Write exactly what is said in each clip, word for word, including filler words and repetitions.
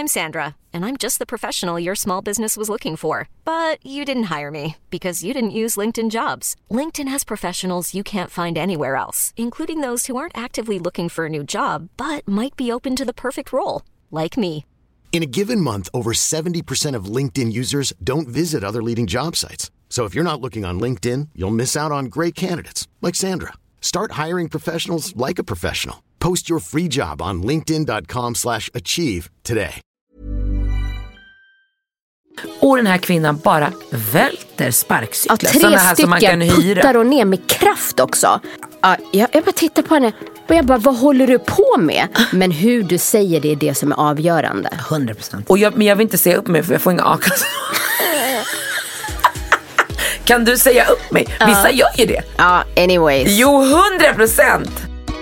I'm Sandra, and I'm just the professional your small business was looking for. But you didn't hire me because you didn't use LinkedIn Jobs. LinkedIn has professionals you can't find anywhere else, including those who aren't actively looking for a new job, but might be open to the perfect role, like me. In a given month, over seventy percent of LinkedIn users don't visit other leading job sites. So if you're not looking on LinkedIn, you'll miss out on great candidates like Sandra. Start hiring professionals like a professional. Post your free job on linkedin dot com slash achieve today. Och den här kvinnan bara välter sparkcyklar. Ja, tre här stycken som man kan hyra. puttar och ner med kraft också. Ja, jag, jag bara tittar på henne och jag bara, vad håller du på med? Men hur du säger det är det som är avgörande. hundra procent. Och jag, men jag vill inte säga upp mig för jag får inga a-kassa. Kan du säga upp mig? Vissa uh. gör ju det. Ja, uh, anyways. Jo, hundra procent.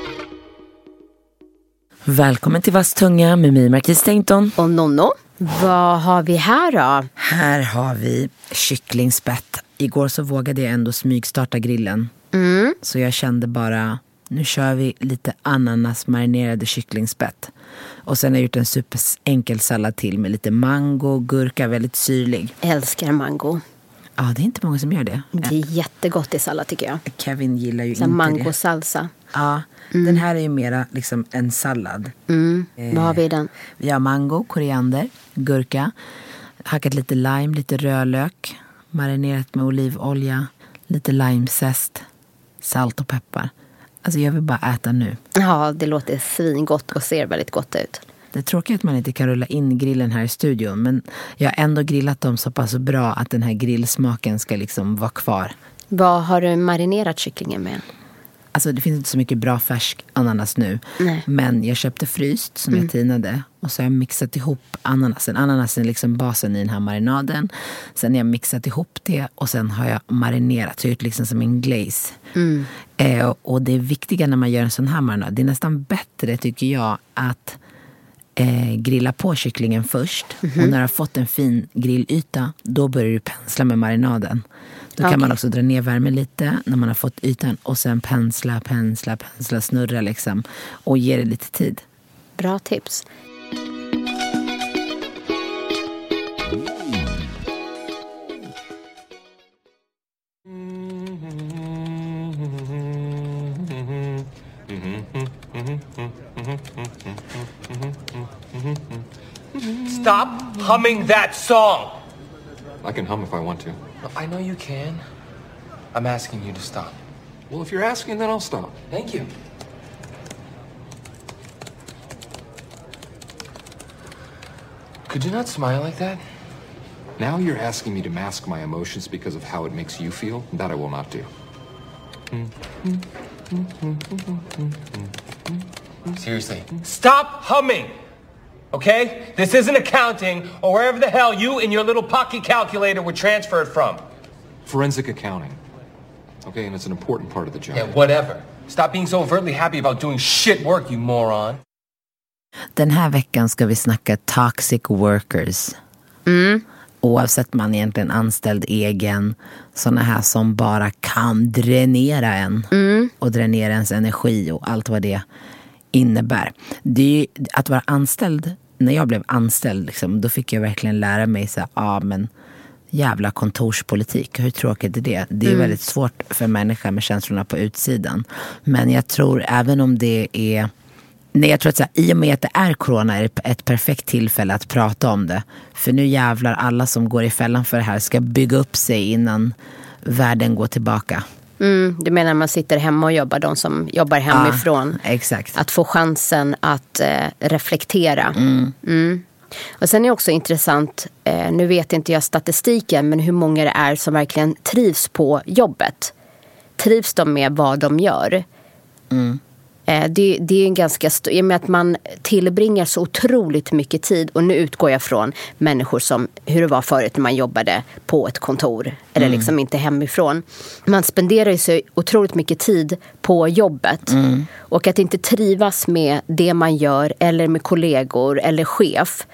Välkommen till Vasstunga med mig, Marquis Stenton. Och Nonno. Vad har vi här då? Här har vi kycklingspett. Igår så vågade jag ändå smygstarta grillen. Mm. Så jag kände bara, nu kör vi lite ananasmarinerade kycklingspett. Och sen har jag gjort en superenkel sallad till med lite mango, gurka, väldigt syrlig. Älskar mango. Ja, det är inte många som gör det. Det är jättegott i sallad tycker jag. Kevin gillar ju så inte mango det. Salsa. Ja, mm. Den här är ju mera liksom en sallad. Mm. Eh, Vad har vi i den? Vi har mango, koriander, gurka, hackat lite lime, lite rödlök, marinerat med olivolja, lite limezest, salt och peppar. Alltså jag vill bara äta nu. Ja, det låter svingott och ser väldigt gott ut. Det är tråkigt att man inte kan rulla in grillen här i studion, men jag har ändå grillat dem så pass bra att den här grillsmaken ska liksom vara kvar. Vad har du marinerat kycklingen med? Alltså det finns inte så mycket bra färsk ananas nu. Nej. Men jag köpte fryst som mm. jag tinade. Och så har jag mixat ihop ananasen. Ananasen är liksom basen i den här marinaden. Sen har jag mixat ihop det. Och sen har jag marinerat. Så jag har gjort liksom som en glaze. Mm. Eh, och det är viktiga när man gör en sån här marinad. Det är nästan bättre tycker jag att eh, grilla på kycklingen först. Mm-hmm. Och när du har fått en fin grillyta. Då börjar du pensla med marinaden. Då kan okay. man också dra ner värmen lite när man har fått ytan. Och sen pensla, pensla, pensla, snurra liksom. Och ge det lite tid. Bra tips. Stop humming that song! I can hum if I want to. I know you can. I'm asking you to stop. Well, if you're asking, then I'll stop. Thank you. Could you not smile like that? Now you're asking me to mask my emotions because of how it makes you feel. That I will not do. Seriously, stop humming! Okay? This isn't accounting or wherever the hell you and your little pocket calculator were transferred from. Forensic accounting. Okay, and it's an important part of the job. Yeah, whatever. Stop being so overtly happy about doing shit work, you moron. Den här veckan ska vi snacka toxic workers. Mm. Oavsett man egentligen anställd egen. Såna här som bara kan dränera en. Mm. Och dränera ens energi och allt vad det innebär. Det är ju, att vara anställd, när jag blev anställd liksom, då fick jag verkligen lära mig så ja ah, men jävla kontorspolitik, hur tråkigt är det? Det är mm. väldigt svårt för människor med känslorna på utsidan. Men jag tror även om det är nej, jag tror att så här, i och med att det är corona är det ett perfekt tillfälle att prata om det. För nu jävlar alla som går i fällan för det här ska bygga upp sig innan världen går tillbaka. Mm, du menar man sitter hemma och jobbar, de som jobbar hemifrån. Ja, exakt. Att få chansen att eh, reflektera. Mm. Mm. Och sen är det också intressant, eh, nu vet inte jag statistiken, men hur många det är som verkligen trivs på jobbet. Trivs de med vad de gör? Mm. Eh, det, det är en ganska st- i och med att man tillbringar så otroligt mycket tid, och nu utgår jag från människor som hur det var förut när man jobbade på ett kontor eller mm. liksom inte hemifrån. Man spenderar ju så otroligt mycket tid på jobbet mm. och att inte trivas med det man gör eller med kollegor eller chef,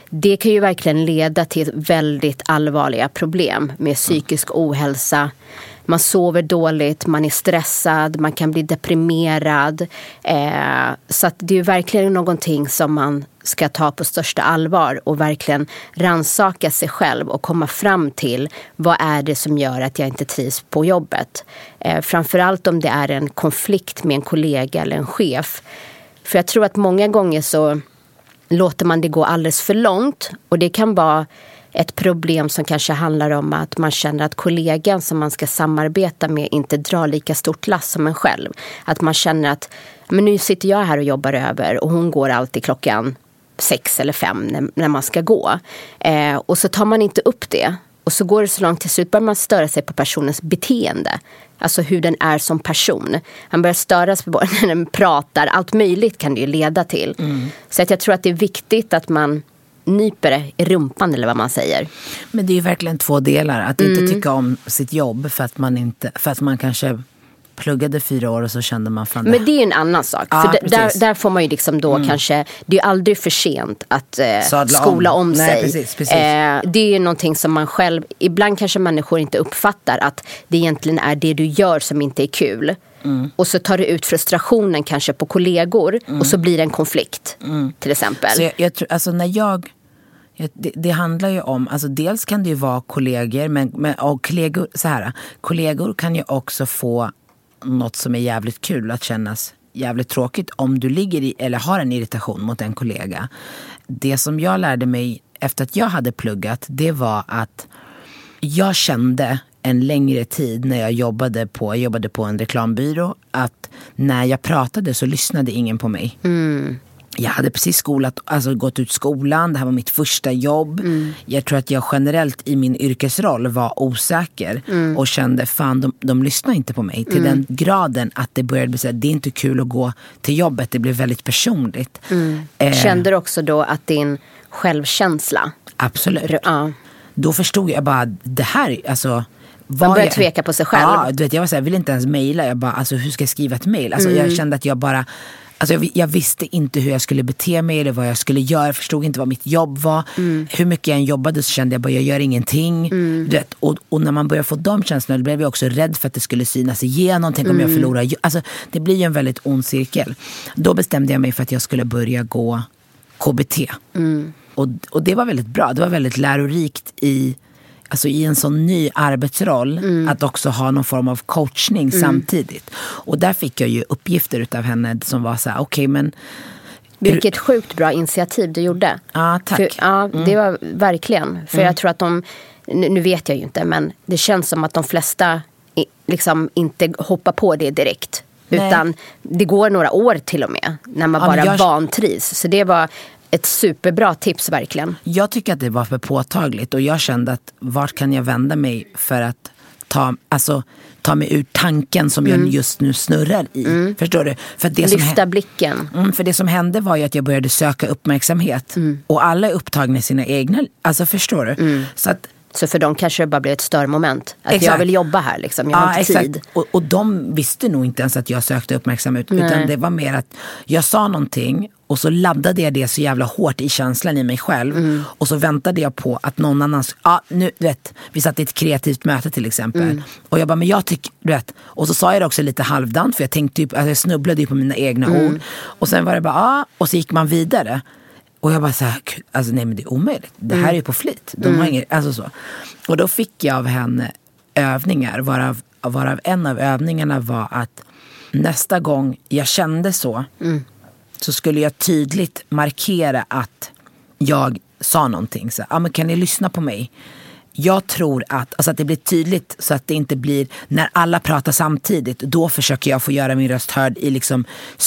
det kan ju verkligen leda till väldigt allvarliga problem med psykisk ohälsa. Man sover dåligt, man är stressad, man kan bli deprimerad. Eh, så att det är ju verkligen någonting som man ska ta på största allvar och verkligen rannsaka sig själv och komma fram till vad är det som gör att jag inte trivs på jobbet. Eh, framförallt om det är en konflikt med en kollega eller en chef. För jag tror att många gånger så låter man det gå alldeles för långt, och det kan vara ett problem som kanske handlar om att man känner att kollegan som man ska samarbeta med inte drar lika stort lass som en själv. Att man känner att men nu sitter jag här och jobbar över och hon går alltid klockan sex eller fem när, när man ska gå. Eh, och så tar man inte upp det. Och så går det så långt till slut börjar man störa sig på personens beteende. Alltså hur den är som person. Han börjar störas på när den pratar. Allt möjligt kan det ju leda till. Mm. Så att jag tror att det är viktigt att man nyper det i rumpan eller vad man säger. Men det är ju verkligen två delar. Att mm. inte tycka om sitt jobb för att man inte, för att man kanske pluggade fyra år och så kände man fan det. Men det är ju en annan sak. Ja, för där, där får man ju liksom då mm. kanske, det är ju aldrig för sent att eh, skola om, om Nej, sig. Precis, precis. Eh, det är ju någonting som man själv, ibland kanske människor inte uppfattar att det egentligen är det du gör som inte är kul. Mm. Och så tar du ut frustrationen kanske på kollegor mm. och så blir det en konflikt mm. till exempel. Så jag, jag tror, alltså när jag Det, det handlar ju om, alltså dels kan det ju vara kollegor, men, men och kollegor, så här, kollegor kan ju också få något som är jävligt kul att kännas jävligt tråkigt om du ligger i, eller har en irritation mot en kollega. Det som jag lärde mig efter att jag hade pluggat, det var att jag kände en längre tid när jag jobbade på, jag jobbade på en reklambyrå, att när jag pratade så lyssnade ingen på mig. Mm. Jag hade precis skolat, alltså gått ut skolan. Det här var mitt första jobb. Mm. Jag tror att jag generellt i min yrkesroll var osäker. Mm. Och kände, fan de, de lyssnar inte på mig. Till mm. den graden att det började bli så här, det är inte kul att gå till jobbet. Det blev väldigt personligt. Mm. Eh, Kände du också då att din självkänsla? Absolut. Ja. Då förstod jag bara, det här, alltså... Man började jag, tveka på sig själv. Ja, du vet, jag var så här, jag ville inte ens mejla. Jag bara, alltså hur ska jag skriva ett mejl? Alltså mm. jag kände att jag bara... Alltså jag, jag visste inte hur jag skulle bete mig eller vad jag skulle göra. Jag förstod inte vad mitt jobb var. Mm. Hur mycket jag än jobbade så kände jag bara, jag gör ingenting. Mm. Du vet, och, och när man börjar få de känslorna, då blev jag också rädd för att det skulle synas igenom. Tänk om mm. jag förlorar. Alltså det blir ju en väldigt ond cirkel. Då bestämde jag mig för att jag skulle börja gå K B T. Mm. Och, och det var väldigt bra. Det var väldigt lärorikt i... Alltså i en sån ny arbetsroll mm. att också ha någon form av coachning mm. samtidigt. Och där fick jag ju uppgifter utav henne som var så här, okej okay, men... Vilket sjukt bra initiativ du gjorde. Ja, tack. För, ja, mm. det var verkligen. För mm. jag tror att de, nu vet jag ju inte, men det känns som att de flesta liksom inte hoppar på det direkt. Nej. Utan det går några år till och med när man ja, bara jag... vantrivs. Så det var... ett superbra tips verkligen. Jag tycker att det var för påtagligt och jag kände att vart kan jag vända mig för att ta, alltså, ta mig ur tanken som mm. jag just nu snurrar i. Mm. Förstår du? För det Lyfta som, blicken. Mm, för det som hände var ju att jag började söka uppmärksamhet mm. och alla är upptagna i sina egna, alltså förstår du? Mm. Så att Så för dem kanske det bara blev ett störmoment. Att exakt. Jag vill jobba här liksom. Jag ja, har inte exakt. tid. Och, och de visste nog inte ens att jag sökte uppmärksamhet. Nej. Utan det var mer att jag sa någonting och så laddade jag det så jävla hårt i känslan i mig själv. Mm. Och så väntade jag på att någon annan... Ja, nu, du vet, vi satt i ett kreativt möte till exempel. Mm. Och jag bara, men jag tycker... Du vet, och så sa jag det också lite halvdant. För jag tänkte ju, alltså jag snubblade ju på mina egna mm. ord. Och sen var det bara, ja. Och så gick man vidare. Och jag bara så här, alltså nej men det är omöjligt. Det här mm. är ju på flit. De mm. har ingen, alltså så. Och då fick jag av henne övningar. Varav, varav en av övningarna var att nästa gång jag kände så. Mm. Så skulle jag tydligt markera att jag sa någonting. Så, ja men kan ni lyssna på mig? Jag tror att, alltså att det blir tydligt så att det inte blir, när alla pratar samtidigt, då försöker jag få göra min röst hörd i liksom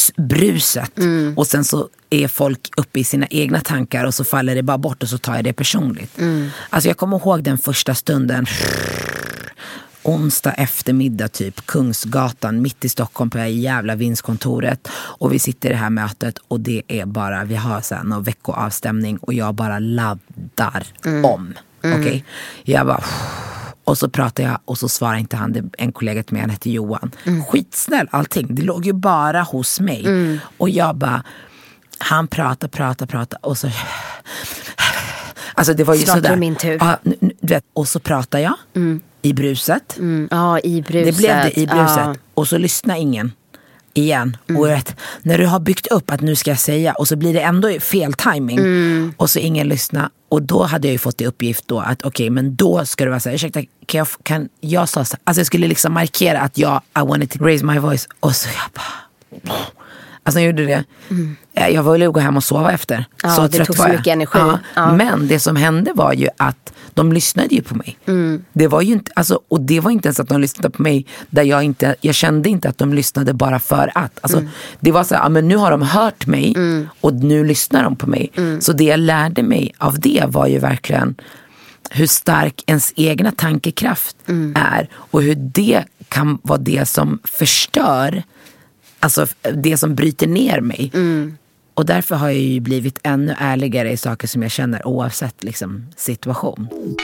bruset. Mm. Och sen så är folk uppe i sina egna tankar och så faller det bara bort och så tar jag det personligt. Mm. Alltså jag kommer ihåg den första stunden, onsdag eftermiddag typ, Kungsgatan mitt i Stockholm på det här jävla vinstkontoret, och vi sitter i det här mötet och det är bara, vi har så här någon veckoavstämning och jag bara laddar mm. om. Mm. Okej, okay? Jag bara, och så pratar jag och så svarar inte han. Det en kollega till mig, han heter Johan. Mm. Skitsnäll allting, det låg ju bara hos mig. Mm. Och jag bara, han pratar, pratar, pratar och så Alltså det var ju Snart sådär. är det min tur. Ja, du vet, och så pratar jag mm. i bruset. Mm. Ja, i bruset. Det blev det i bruset. Ja. Och så lyssnar ingen igen. Mm. Och vet, när du har byggt upp att nu ska jag säga och så blir det ändå fel timing mm. och så ingen lyssnar. Och då hade jag ju fått i uppgift då att okej, okay, men då ska det vara så här, ursäkta, kan jag, kan jag sa så, alltså jag skulle liksom markera att jag I wanted to raise my voice och så jag bara alltså jag gjorde det. Mm. Jag var ju gå hem och sova efter. Ja, så det trött tog var så jag. mycket energi. Ja. Ja. Men det som hände var ju att de lyssnade ju på mig. Mm. Det var ju inte, alltså, och det var inte ens att de lyssnade på mig där jag inte, jag kände inte att de lyssnade bara för att. Alltså, mm. det var så här, ja, men nu har de hört mig mm. och nu lyssnar de på mig. Mm. Så det jag lärde mig av det var ju verkligen hur stark ens egna tankekraft mm. är och hur det kan vara det som förstör, alltså det som bryter ner mig. Mm. Och därför har jag ju blivit ännu ärligare i saker som jag känner oavsett liksom, situation.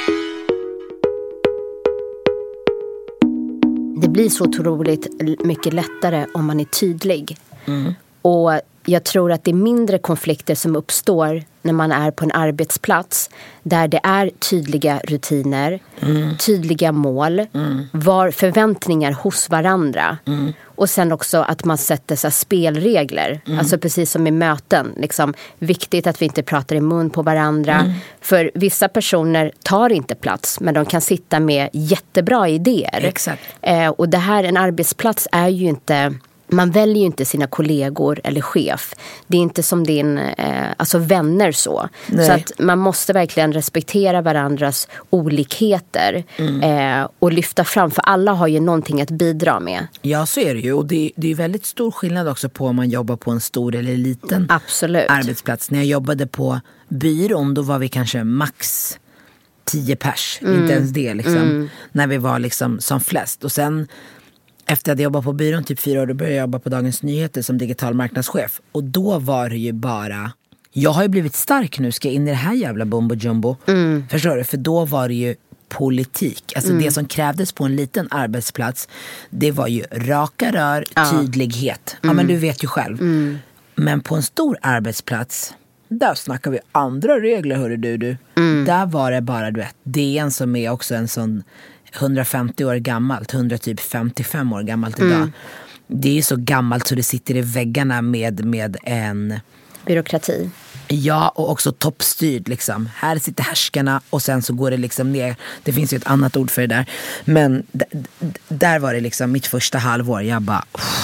Det blir så otroligt mycket lättare om man är tydlig. Mm. Och jag tror att det är mindre konflikter som uppstår när man är på en arbetsplats där det är tydliga rutiner, mm. tydliga mål, mm. var förväntningar hos varandra. Mm. Och sen också att man sätter så här spelregler. Mm. Alltså precis som i möten. Liksom, viktigt att vi inte pratar i mun på varandra. Mm. För vissa personer tar inte plats, men de kan sitta med jättebra idéer. Exakt. Eh, och det här, en arbetsplats är ju inte... Man väljer ju inte sina kollegor eller chef. Det är inte som din, eh, alltså vänner så. Nej. Så att man måste verkligen respektera varandras olikheter mm. eh, och lyfta fram. För alla har ju någonting att bidra med. Ja, så är det ju. Och det, det är väldigt stor skillnad också på om man jobbar på en stor eller liten Absolut. arbetsplats. När jag jobbade på byrån, då var vi kanske max tio pers. Mm. Inte ens det liksom. Mm. När vi var liksom som flest. Och sen... Efter att jag jobbade på byrån typ fyra år, då började jag jobba på Dagens Nyheter som digital marknadschef. Och då var det ju bara... Jag har ju blivit stark nu, ska jag in i det här jävla bumbo jumbo. Mm. Förstår du? För då var det ju politik. Alltså mm. det som krävdes på en liten arbetsplats, det var ju raka rör, ja. tydlighet. Mm. Ja, men du vet ju själv. Mm. Men på en stor arbetsplats, där snackar vi andra regler, hörru du. du. Mm. Där var det bara, du vet, D N som är också en sån... hundrafemtio år gammalt, hundra typ femtiofem år gammalt idag. Mm. Det är ju så gammalt så det sitter i väggarna med, med en... byråkrati. Ja, och också toppstyrd liksom. Här sitter härskarna och sen så går det liksom ner. Det finns ju ett annat ord för det där. Men d- d- där var det liksom mitt första halvår. Jag bara...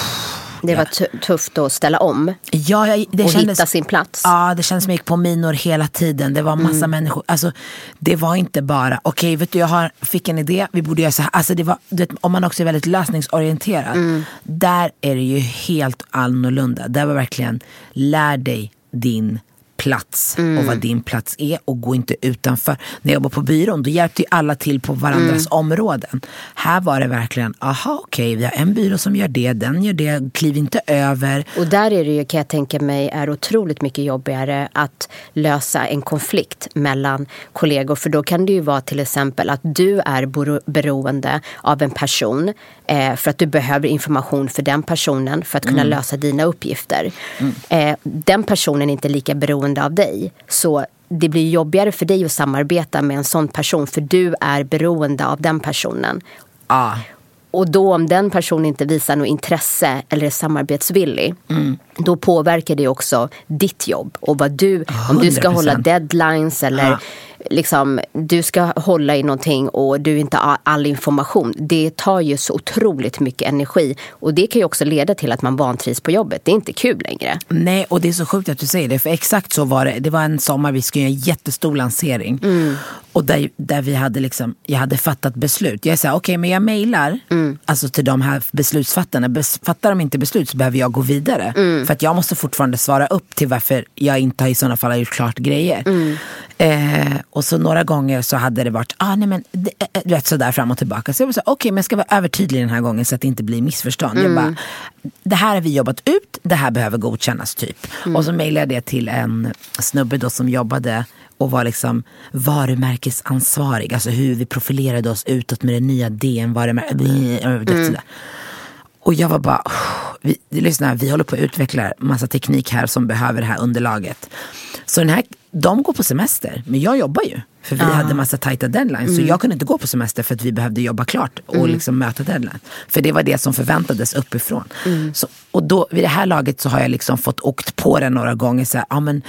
Det var t- tufft att ställa om. Ja, jag, det och kändes, hitta sin plats. Ja, det kändes som jag gick på minor hela tiden. Det var massa mm. människor. Alltså, det var inte bara, okej, okay, vet du, jag har, fick en idé, vi borde göra så här. Alltså, det var, du vet, om man också är väldigt lösningsorienterad. Mm. Där är det ju helt annorlunda. Där var verkligen, lär dig din plats mm. och vad din plats är och gå inte utanför. När jag jobbade på byrån, då hjälpte ju alla till på varandras mm. områden. Här var det verkligen, aha, okej, okay, vi har en byrå som gör det, den gör det, kliv inte över. Och där är det ju, kan jag tänka mig, är otroligt mycket jobbigare att lösa en konflikt mellan kollegor. För då kan det ju vara till exempel att du är beroende av en person eh, för att du behöver information för den personen för att kunna mm. lösa dina uppgifter. Mm. Eh, den personen är inte lika beroende av dig. Så det blir jobbigare för dig att samarbeta med en sån person för du är beroende av den personen. Ah. Och då om den personen inte visar något intresse eller är samarbetsvillig mm. då påverkar det också ditt jobb och vad du, hundra procent. Om du ska hålla deadlines eller ah. liksom, du ska hålla i någonting och du inte har all information. Det tar ju så otroligt mycket energi och det kan ju också leda till att man vantrivs på jobbet. Det är inte kul längre. Nej, och det är så sjukt att du säger det, för exakt så var det. Det var en sommar vi skulle göra en jättestor lansering mm. och där, där vi hade liksom, jag hade fattat beslut. Jag sa, okej, okay, men jag mejlar mm. alltså till de här beslutsfattarna. Bes, fattar de inte beslut så behöver jag gå vidare. Mm. För att jag måste fortfarande svara upp till varför jag inte har i sådana fall gjort klart grejer. Mm. Eh, och så några gånger så hade det varit ah, nej men, det, rätt så där fram och tillbaka. Så jag var så okej, okay, men jag ska vara övertydlig den här gången så att det inte blir missförstånd. Mm. Jag bara, det här har vi jobbat ut, det här behöver godkännas typ. Mm. Och så mejlade jag det till en snubbe då som jobbade och var liksom varumärkesansvarig. Alltså hur vi profilerade oss utåt med det nya D N varumärket. Mm. Och jag var bara, oh, vi, lyssna, vi håller på att utveckla massa teknik här som behöver det här underlaget. Så den här, de går på semester, men jag jobbar ju. För vi ah. hade massa tajta deadlines. Mm. Så jag kunde inte gå på semester för att vi behövde jobba klart. Och mm. liksom möta deadline. För det var det som förväntades uppifrån. Mm. Så, och då, vid det här laget så har jag liksom fått åkt på det några gånger. Så här, ja men...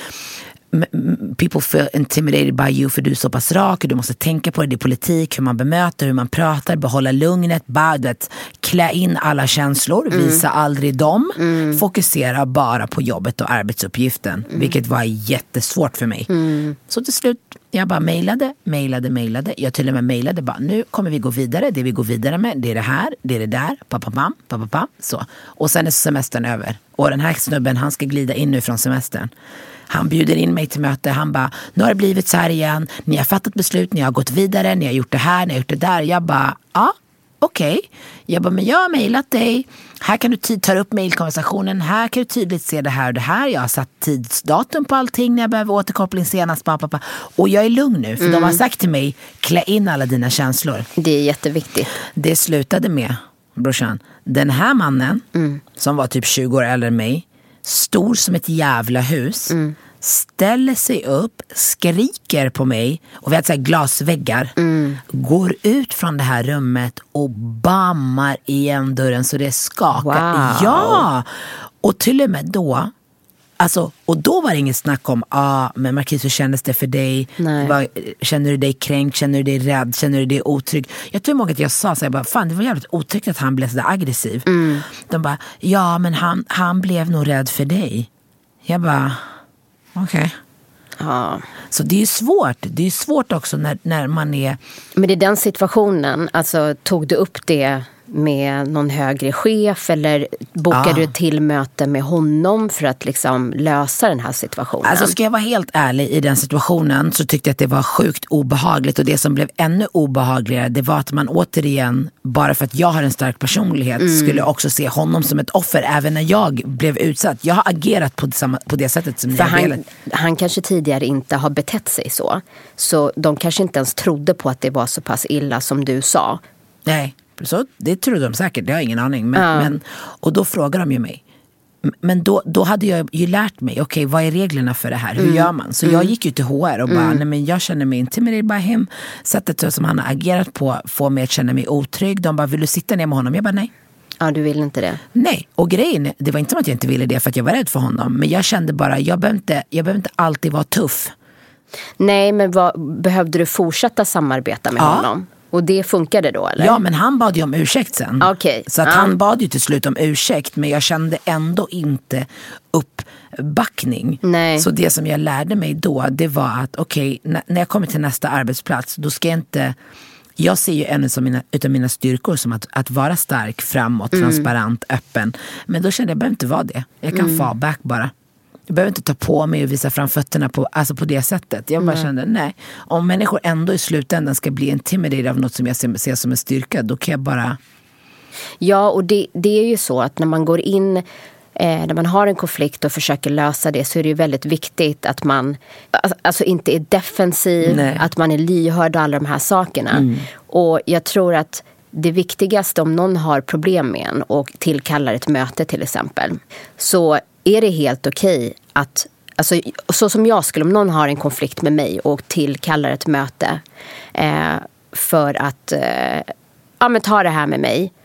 people feel intimidated by you för du är så pass rak och du måste tänka på det, det är politik, hur man bemöter, hur man pratar, behålla lugnet, badet, klä in alla känslor, mm. visa aldrig dem, mm. fokusera bara på jobbet och arbetsuppgiften, mm. vilket var jättesvårt för mig. Mm. Så till slut, jag bara mejlade, mejlade, mejlade, jag till och med mejlade bara, nu kommer vi gå vidare, det vi går vidare med, det är det här, det är det där, papapam, papapam, så. Och sen är semestern över. Och den här snubben, han ska glida in nu från semestern. Han bjuder in mig till möte. Han bara, nu har det blivit så här igen. Ni har fattat beslut, ni har gått vidare. Ni har gjort det här, ni har gjort det där. Jag bara, ja, okej. Okay. Jag bara, men jag har mejlat dig. Här kan du tid, ta upp mejlkonversationen. Här kan du tydligt se det här och det här. Jag har satt tidsdatum på allting när jag behöver återkoppling senast. Pappa. Och jag är lugn nu, för mm. de har sagt till mig, klä in alla dina känslor. Det är jätteviktigt. Det slutade med, brorsan, den här mannen mm. som var typ tjugo år äldre än mig, stor som ett jävla hus, mm. ställer sig upp, skriker på mig och vi hade så här glasväggar, mm. går ut från det här rummet och bammar igen dörren så det skakar. Wow. Ja! Och till och med då, alltså, och då var det inget snack om, ah, men Marquis, hur kändes det för dig? Var, känner du dig kränkt? Känner du dig rädd? Känner du dig otrygg? Jag tror många att jag sa så jag bara, fan det var jävligt otryggt att han blev så där aggressiv. Mm. De bara, ja men han, han blev nog rädd för dig. Jag bara, okej. Okay. Ja. Så det är ju svårt. Det är ju svårt också när, när man är... Men i den situationen, alltså tog du upp det med någon högre chef eller bokade ja. du ett till möte med honom för att liksom lösa den här situationen? Alltså ska jag vara helt ärlig, i den situationen så tyckte jag att det var sjukt obehagligt, och det som blev ännu obehagligare, det var att man återigen, bara för att jag har en stark personlighet, mm. skulle också se honom som ett offer även när jag blev utsatt. Jag har agerat på det, samma, på det sättet som för jag han, velat. Han kanske tidigare inte har betett sig så. Så de kanske inte ens trodde på att det var så pass illa som du sa. Nej. Så det trodde de säkert, det har jag ingen aning. Men, ja. men, och då frågar de ju mig. Men då, då hade jag ju lärt mig, okej, okay, vad är reglerna för det här? Hur mm. gör man? Så mm. jag gick ju till H R och bara, mm. nej men jag känner mig intimidated by him. Sättet som han har agerat på får mig att känna mig otrygg. De bara, vill du sitta ner med honom? Jag bara, nej. Ja, du vill inte det? Nej, och grejen, det var inte som att jag inte ville det för att jag var rädd för honom. Men jag kände bara, jag behöver inte, jag behöver inte alltid vara tuff. Nej, men vad, behövde du fortsätta samarbeta med ja. honom? Och det funkade då, eller? Ja, men han bad ju om ursäkt sen. Okay. Så att ah. han bad ju till slut om ursäkt, men jag kände ändå inte uppbackning. Nej. Så det som jag lärde mig då, det var att okej, okay, när jag kommer till nästa arbetsplats, då ska jag inte... Jag ser ju en av mina, utav mina styrkor som att, att vara stark, framåt, mm. transparent, öppen. Men då kände jag, jag behöver inte vara det. Jag kan mm. fall back bara. Jag behöver inte ta på mig och visa fram fötterna på, alltså på det sättet. Jag bara mm. kände, nej. Om människor ändå i slutändan ska bli intimidated av något som jag ser, ser som en styrka, då kan jag bara... Ja, och det, det är ju så att när man går in, eh, när man har en konflikt och försöker lösa det, så är det ju väldigt viktigt att man alltså inte är defensiv, nej. Att man är lyhörd och alla de här sakerna. Mm. Och jag tror att det viktigaste om någon har problem med en och tillkallar ett möte till exempel, så är det helt okej att, alltså, så som jag skulle, om någon har en konflikt med mig och tillkallar ett möte eh, för att eh, ja, men ta det här med mig,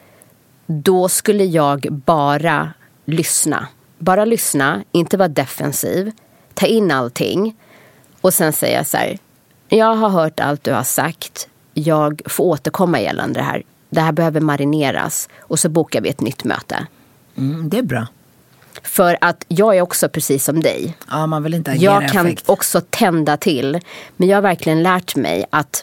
då skulle jag bara lyssna. Bara lyssna, inte vara defensiv, ta in allting och sen säga så här, jag har hört allt du har sagt, jag får återkomma gällande det här. Det här behöver marineras och så bokar vi ett nytt möte. Mm, det är bra. För att jag är också precis som dig. Ja, man vill inte agera Jag kan effekt. också tända till. Men jag har verkligen lärt mig att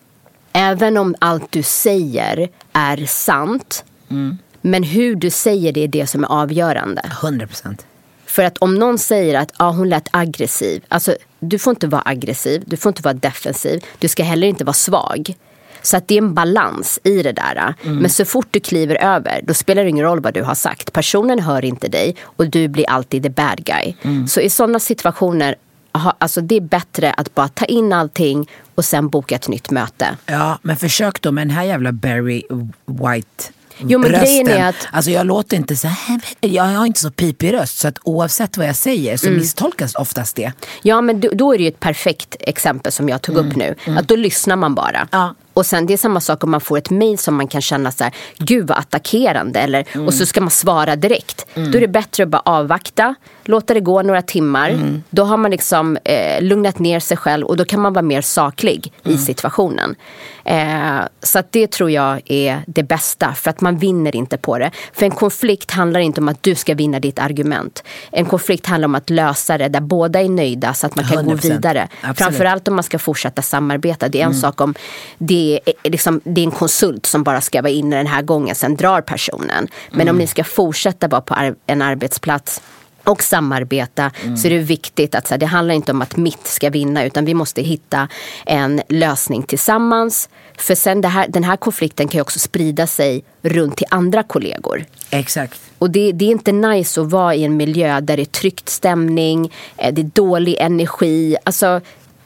även om allt du säger är sant, mm. men hur du säger det är det som är avgörande. hundra procent. För att om någon säger att ah, hon lät aggressiv. Alltså, du får inte vara aggressiv. Du får inte vara defensiv. Du ska heller inte vara svag. Så att det är en balans i det där. Mm. Men så fort du kliver över, då spelar det ingen roll vad du har sagt. Personen hör inte dig och du blir alltid the bad guy. Mm. Så i sådana situationer, alltså det är bättre att bara ta in allting och sen boka ett nytt möte. Ja, men försök då med den här jävla Barry White Jo, men grejen är att... Alltså jag låter inte så här, jag har inte så pipig röst, så att oavsett vad jag säger så mm. misstolkas oftast det. Ja, men då, då är det ju ett perfekt exempel som jag tog mm. upp nu. Mm. Att då lyssnar man bara. Ja. Och sen det är samma sak om man får ett mejl som man kan känna så här, gud vad attackerande, eller, mm. och så ska man svara direkt. Mm. Då är det bättre att bara avvakta, låta det gå några timmar. Mm. Då har man liksom eh, lugnat ner sig själv och då kan man vara mer saklig mm. i situationen. Eh, så att det tror jag är det bästa, för att man vinner inte på det. För en konflikt handlar inte om att du ska vinna ditt argument. En konflikt handlar om att lösa det där båda är nöjda så att man kan hundra procent gå vidare. Absolut. Framförallt om man ska fortsätta samarbeta. Det är en mm. sak om det är, liksom, det är en konsult som bara ska vara inne den här gången, sen drar personen. Men mm. om ni ska fortsätta vara på ar- en arbetsplats och samarbeta mm. så är det viktigt att så här, det handlar inte om att mitt ska vinna, utan vi måste hitta en lösning tillsammans. För sen det här, den här konflikten kan ju också sprida sig runt till andra kollegor. Exakt. Och det, det är inte nice att vara i en miljö där det är tryckt stämning, det är dålig energi. Alltså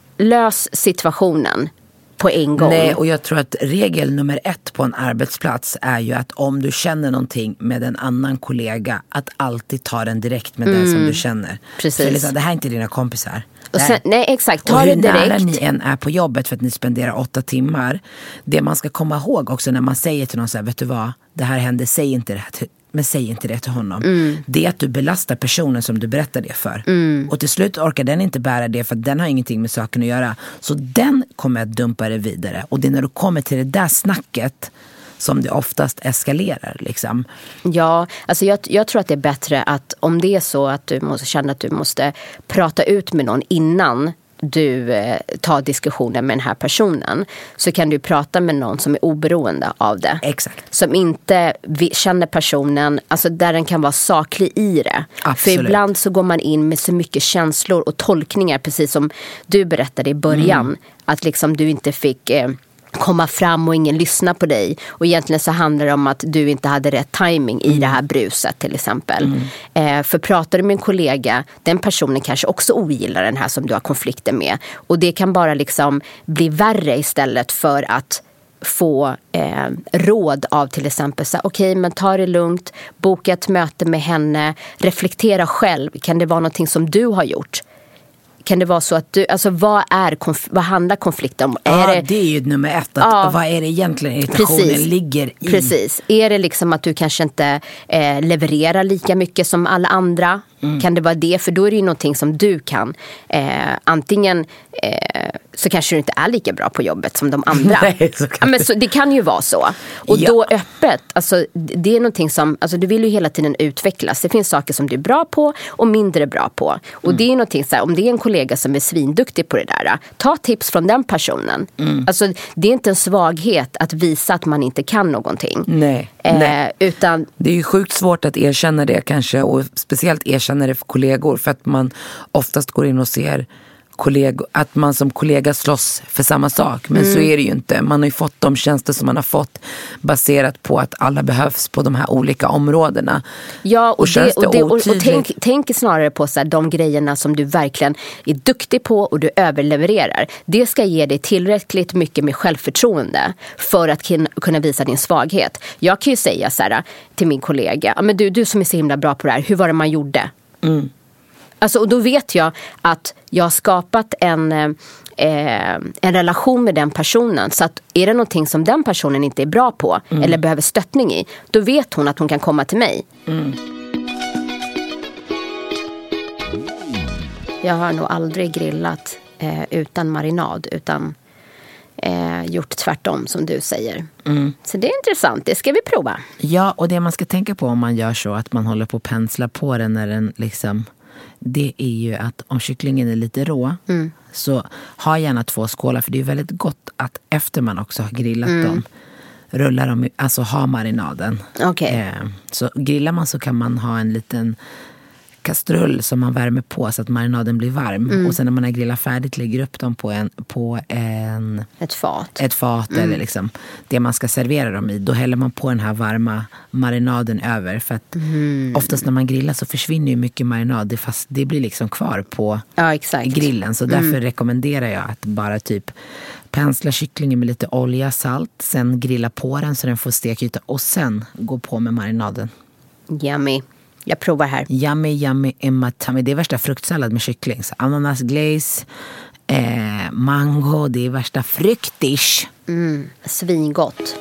lös situationen på en gång. Nej, och jag tror att regel nummer ett på en arbetsplats är ju att om du känner någonting med en annan kollega, att alltid ta den direkt med mm. den som du känner. Precis. För liksom, det här är inte dina kompisar. Och sen, nej, exakt. Ta och det hur direkt. nära ni än är på jobbet för att ni spenderar åtta timmar. Det man ska komma ihåg också när man säger till någon så här, vet du vad, det här händer, säg inte det här till, men säg inte det till honom. Mm. Det är att du belastar personen som du berättar det för. Mm. Och till slut orkar den inte bära det, för att den har ingenting med saken att göra. Så den kommer att dumpa det vidare. Och det är när du kommer till det där snacket som det oftast eskalerar liksom. Ja, alltså jag, jag tror att det är bättre att om det är så att du måste känna att du måste prata ut med någon innan du eh, tar diskussionen med den här personen, så kan du prata med någon som är oberoende av det. Exakt. Som inte vi, känner personen, alltså där den kan vara saklig i det. Absolut. För ibland så går man in med så mycket känslor och tolkningar, precis som du berättade i början, mm. att liksom du inte fick eh, komma fram och ingen lyssnar på dig. Och egentligen så handlar det om att du inte hade rätt timing i mm. det här bruset till exempel. Mm. Eh, för pratar du med en kollega, den personen kanske också ogillar den här som du har konflikter med. Och det kan bara liksom bli värre istället för att få eh, råd av till exempel så okej, okay, men ta det lugnt, boka ett möte med henne, reflektera själv. Kan det vara någonting som du har gjort? Kan det vara så att du, alltså vad är konf- vad handlar konflikten om? Ja, är det, det är ju nummer ett. Att, ja, vad är det egentligen irritationen precis, ligger i? Precis. Är det liksom att du kanske inte eh, levererar lika mycket som alla andra? Mm. Kan det vara det? För då är det ju någonting som du kan. Eh, antingen eh, så kanske du inte är lika bra på jobbet som de andra. Nej, så kan ja, men så, det kan ju vara så. Och ja. Då öppet, alltså, det är någonting som, alltså, du vill ju hela tiden utvecklas. Det finns saker som du är bra på och mindre bra på. Och mm. det är någonting så här, om det är en kollega som är svinduktig på det där, ta tips från den personen. Mm. Alltså, det är inte en svaghet att visa att man inte kan någonting. Nej, eh, nej. Utan, det är ju sjukt svårt att erkänna det kanske, och speciellt erkänna det för kollegor, för att man oftast går in och ser kollegor, att man som kollega slåss för samma sak, men mm. så är det ju inte. Man har ju fått de tjänster som man har fått baserat på att alla behövs på de här olika områdena. Ja, och, och, det, och, det, och, och tänk, tänk snarare på så här, de grejerna som du verkligen är duktig på och du överlevererar. Det ska ge dig tillräckligt mycket med självförtroende för att kunna visa din svaghet. Jag kan ju säga så här till min kollega, men du, du som är så himla bra på det här, hur var det man gjorde? Mm. Alltså, och då vet jag att jag har skapat en, eh, en relation med den personen. Så att är det någonting som den personen inte är bra på mm. eller behöver stöttning i, då vet hon att hon kan komma till mig. Mm. Jag har nog aldrig grillat eh, utan marinad, utan eh, gjort tvärtom som du säger. Mm. Så det är intressant, det ska vi prova. Ja, och det man ska tänka på om man gör så, att man håller på att pensla på den när den liksom... Det är ju att om kycklingen är lite rå mm. så ha gärna två skålar, för det är väldigt gott att efter man också har grillat mm. dem rulla dem, alltså ha marinaden. Okay. Eh, så grillar man så kan man ha en liten kastrull som man värmer på så att marinaden blir varm. Mm. Och sen när man har grillat färdigt lägger upp dem på en, på en ett fat, ett fat mm. eller liksom det man ska servera dem i. Då häller man på den här varma marinaden över, för att mm. oftast när man grillar så försvinner ju mycket marinad, det, fast det blir liksom kvar på ja, exakt. grillen. Så därför mm. rekommenderar jag att bara typ Pensla kycklingen med lite olja, salt. Sen grilla på den så den får stekyta. Och sen gå på med marinaden. Yummy. Jag provar här. Yummy, yummy, Emma Tummy. Det är värsta fruktsallad med kyckling. Så ananas, glaze, eh, mango. Det är värsta fruktish. Mm, svingott.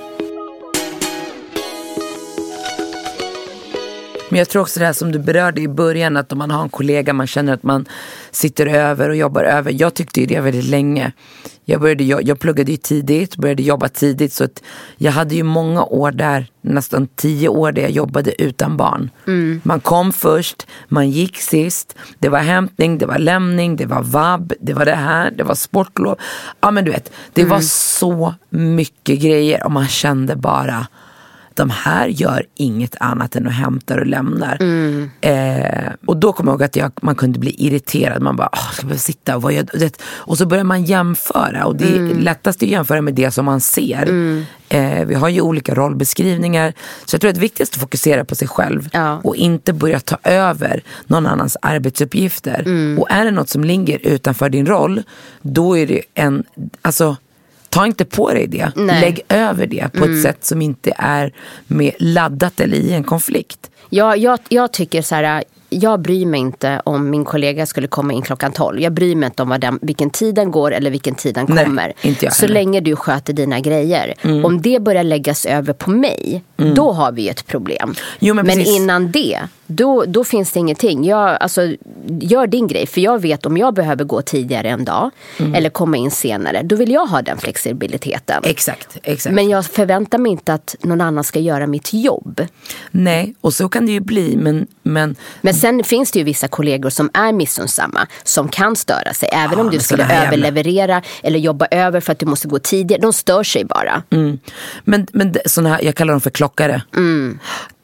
Men jag tror också det här som du berörde i början, att om man har en kollega man känner att man sitter över och jobbar över. Jag tyckte ju det väldigt länge. Jag, började, jag, jag pluggade ju tidigt, började jobba tidigt, så att jag hade ju många år där, nästan tio år där jag jobbade utan barn. Mm. Man kom först, man gick sist, det var hämtning, det var lämning, det var vab, det var det här, det var sportlov. Ja men du vet, det mm. var så mycket grejer och man kände bara... De här gör inget annat än att hämta och lämnar. Mm. Eh, och då kommer jag ihåg att jag, man kunde bli irriterad. Man bara, ska jag sitta och vad gör det? Och så börjar man jämföra. Och det är mm. lättast att jämföra med det som man ser. Mm. Eh, vi har ju olika rollbeskrivningar. Så jag tror att det är viktigast att fokusera på sig själv. Ja. Och inte börja ta över någon annans arbetsuppgifter. Mm. Och är det något som ligger utanför din roll, då är det en... Alltså, ta inte på dig det. Nej. Lägg över det på mm. ett sätt som inte är med laddat eller i en konflikt. Ja, jag, jag tycker så här, jag bryr mig inte om min kollega skulle komma in klockan tolv. Jag bryr mig inte om vad den, vilken tid den går eller vilken tid den Nej, kommer. Inte jag så länge du sköter dina grejer. Mm. Om det börjar läggas över på mig, mm. då har vi ett problem. Jo, men men innan det, då, då finns det ingenting. Jag, alltså, gör din grej. För jag vet om jag behöver gå tidigare en dag mm. eller komma in senare, då vill jag ha den flexibiliteten. Exakt, exakt. Men jag förväntar mig inte att någon annan ska göra mitt jobb. Nej, och så kan det ju bli. Men, men... men sen finns det ju vissa kollegor som är missunnsamma, som kan störa sig. Även ja, om du skulle överleverera jävla... eller jobba över för att du måste gå tidigare. De stör sig bara. Mm. Men, men såna här, jag kallar dem för klockare. Mm.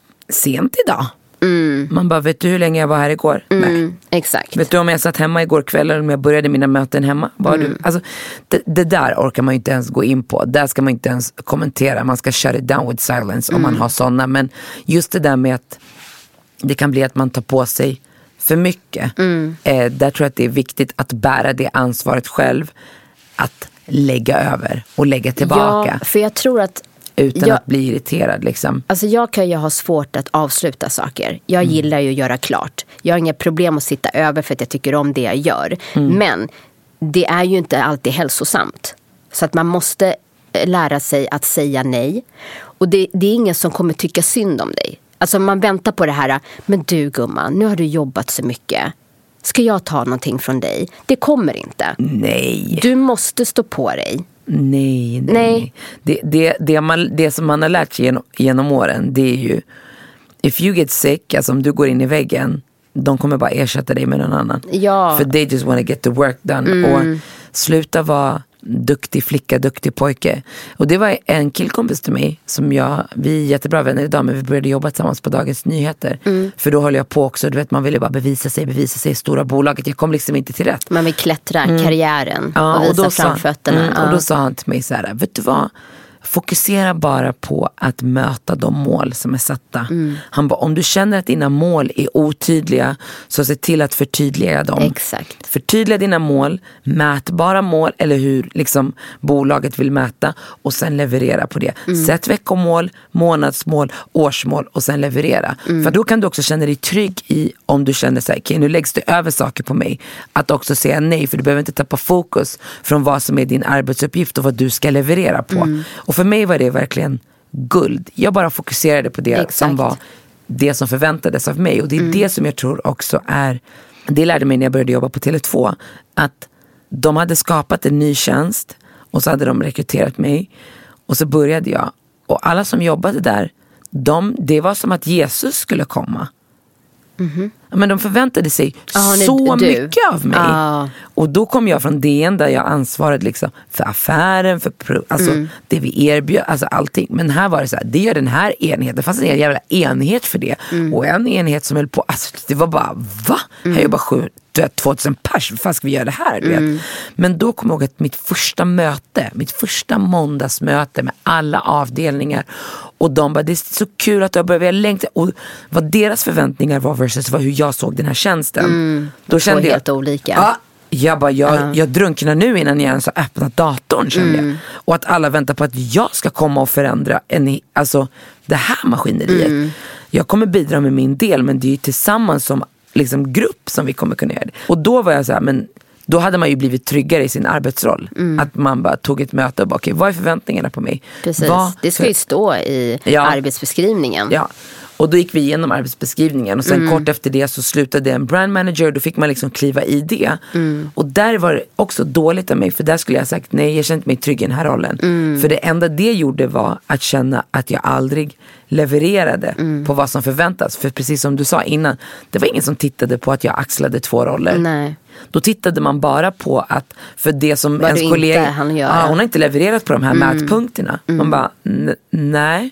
Sent idag. Mm. Man bara, vet du hur länge jag var här igår? Mm, Nej. exakt. Vet du om jag satt hemma igår kväll eller om jag började mina möten hemma? Var mm. du? Alltså, det, det där orkar man ju inte ens gå in på. Där ska man inte ens kommentera. Man ska shut it down with silence om mm. man har sådana. Men just det där med att det kan bli att man tar på sig för mycket. Mm. Eh, där tror jag att det är viktigt att bära det ansvaret själv. Att lägga över och lägga tillbaka. Ja, för jag tror att utan jag, att bli irriterad liksom. Alltså jag kan ju ha svårt att avsluta saker. Jag mm. gillar ju att göra klart. Jag har inga problem att sitta över för att jag tycker om det jag gör. Mm. Men det är ju inte alltid hälsosamt. Så att man måste lära sig att säga nej. Och det, det är ingen som kommer tycka synd om dig. Alltså man väntar på det här. Men du gumman, nu har du jobbat så mycket. Ska jag ta någonting från dig? Det kommer inte. Nej. Du måste stå på dig. Nej, nej. nej. Det, det, det, man, det som man har lärt sig genom, genom åren, det är ju if you get sick, alltså om du går in i väggen, de kommer bara ersätta dig med någon annan. Ja. För they just want to get the work done. Mm. Och sluta vara duktig flicka, duktig pojke. Och det var en killkompis till mig som jag, vi är jättebra vänner idag, men vi började jobba tillsammans på Dagens Nyheter. Mm. För då håller jag på också, du vet, man vill ju bara bevisa sig, bevisa sig i stora bolaget. Jag kom liksom inte till rätt. Man vill klättra mm. karriären ja, och visa och då framfötterna. Sa, mm, ja. Och då sa han till mig så här, vet du vad? Fokusera bara på att möta de mål som är satta. Mm. Han bara, om du känner att dina mål är otydliga, så se till att förtydliga dem. Exakt. Förtydliga dina mål, mätbara mål eller hur liksom bolaget vill mäta, och sen leverera på det. Mm. Sätt veckomål, månadsmål, årsmål och sen leverera. Mm. För då kan du också känna dig trygg i, om du känner så här, okej, nu läggs det över saker på mig, att också säga nej, för du behöver inte tappa fokus från vad som är din arbetsuppgift och vad du ska leverera på. Mm. Och för mig var det verkligen guld. Jag bara fokuserade på det Exakt. Som var det som förväntades av mig. Och det är mm. det som jag tror också är, det lärde mig när jag började jobba på Tele två, att de hade skapat en ny tjänst och så hade de rekryterat mig och så började jag. Och alla som jobbade där, de, det var som att Jesus skulle komma. Mm-hmm. Men de förväntade sig ah, så du. mycket av mig. Ah. Och då kom jag från D N där jag ansvarade liksom för affären, för alltså mm. det vi erbjöd, alltså allting. Men här var det så här, det är den här enheten. Det fanns en jävla enhet för det. Mm. Och en enhet som höll på, alltså det var bara, va? Mm. Här jobbar sju, tvåtusen pers, vad fan ska vi göra det här? Du mm. vet? Men då kom jag ihåg att mitt första möte, mitt första måndagsmöte med alla avdelningar, och de bara, det är så kul att jag började längta, och vad deras förväntningar var versus vad hur jag såg den här tjänsten. Mm. Då kände jag helt olika. Ja, Jag bara, jag, uh-huh. jag drunknar nu innan jag ens har öppnat datorn, kände mm. jag. Och att alla väntar på att jag ska komma och förändra en, alltså, det här maskineriet. Mm. Jag kommer bidra med min del, men det är ju tillsammans som liksom, grupp som vi kommer kunna göra det. Och då var jag så här, men då hade man ju blivit tryggare i sin arbetsroll. Mm. Att man bara tog ett möte och bara, okej, vad är förväntningarna på mig? Precis, vad det ska ju stå i ja. arbetsbeskrivningen. Ja. Och då gick vi igenom arbetsbeskrivningen. Och sen mm. kort efter det så slutade en brand manager. Då fick man liksom kliva i det. Mm. Och där var det också dåligt av mig. För där skulle jag ha sagt, nej, jag kände mig trygg i den här rollen. Mm. För det enda det gjorde var att känna att jag aldrig levererade mm. på vad som förväntas. För precis som du sa innan, det var ingen som tittade på att jag axlade två roller. Nej. Då tittade man bara på att för det som vad ens kollega, han, gör, ah, hon har inte levererat på de här mm. mätpunkterna. Mm. Man bara, n- nej,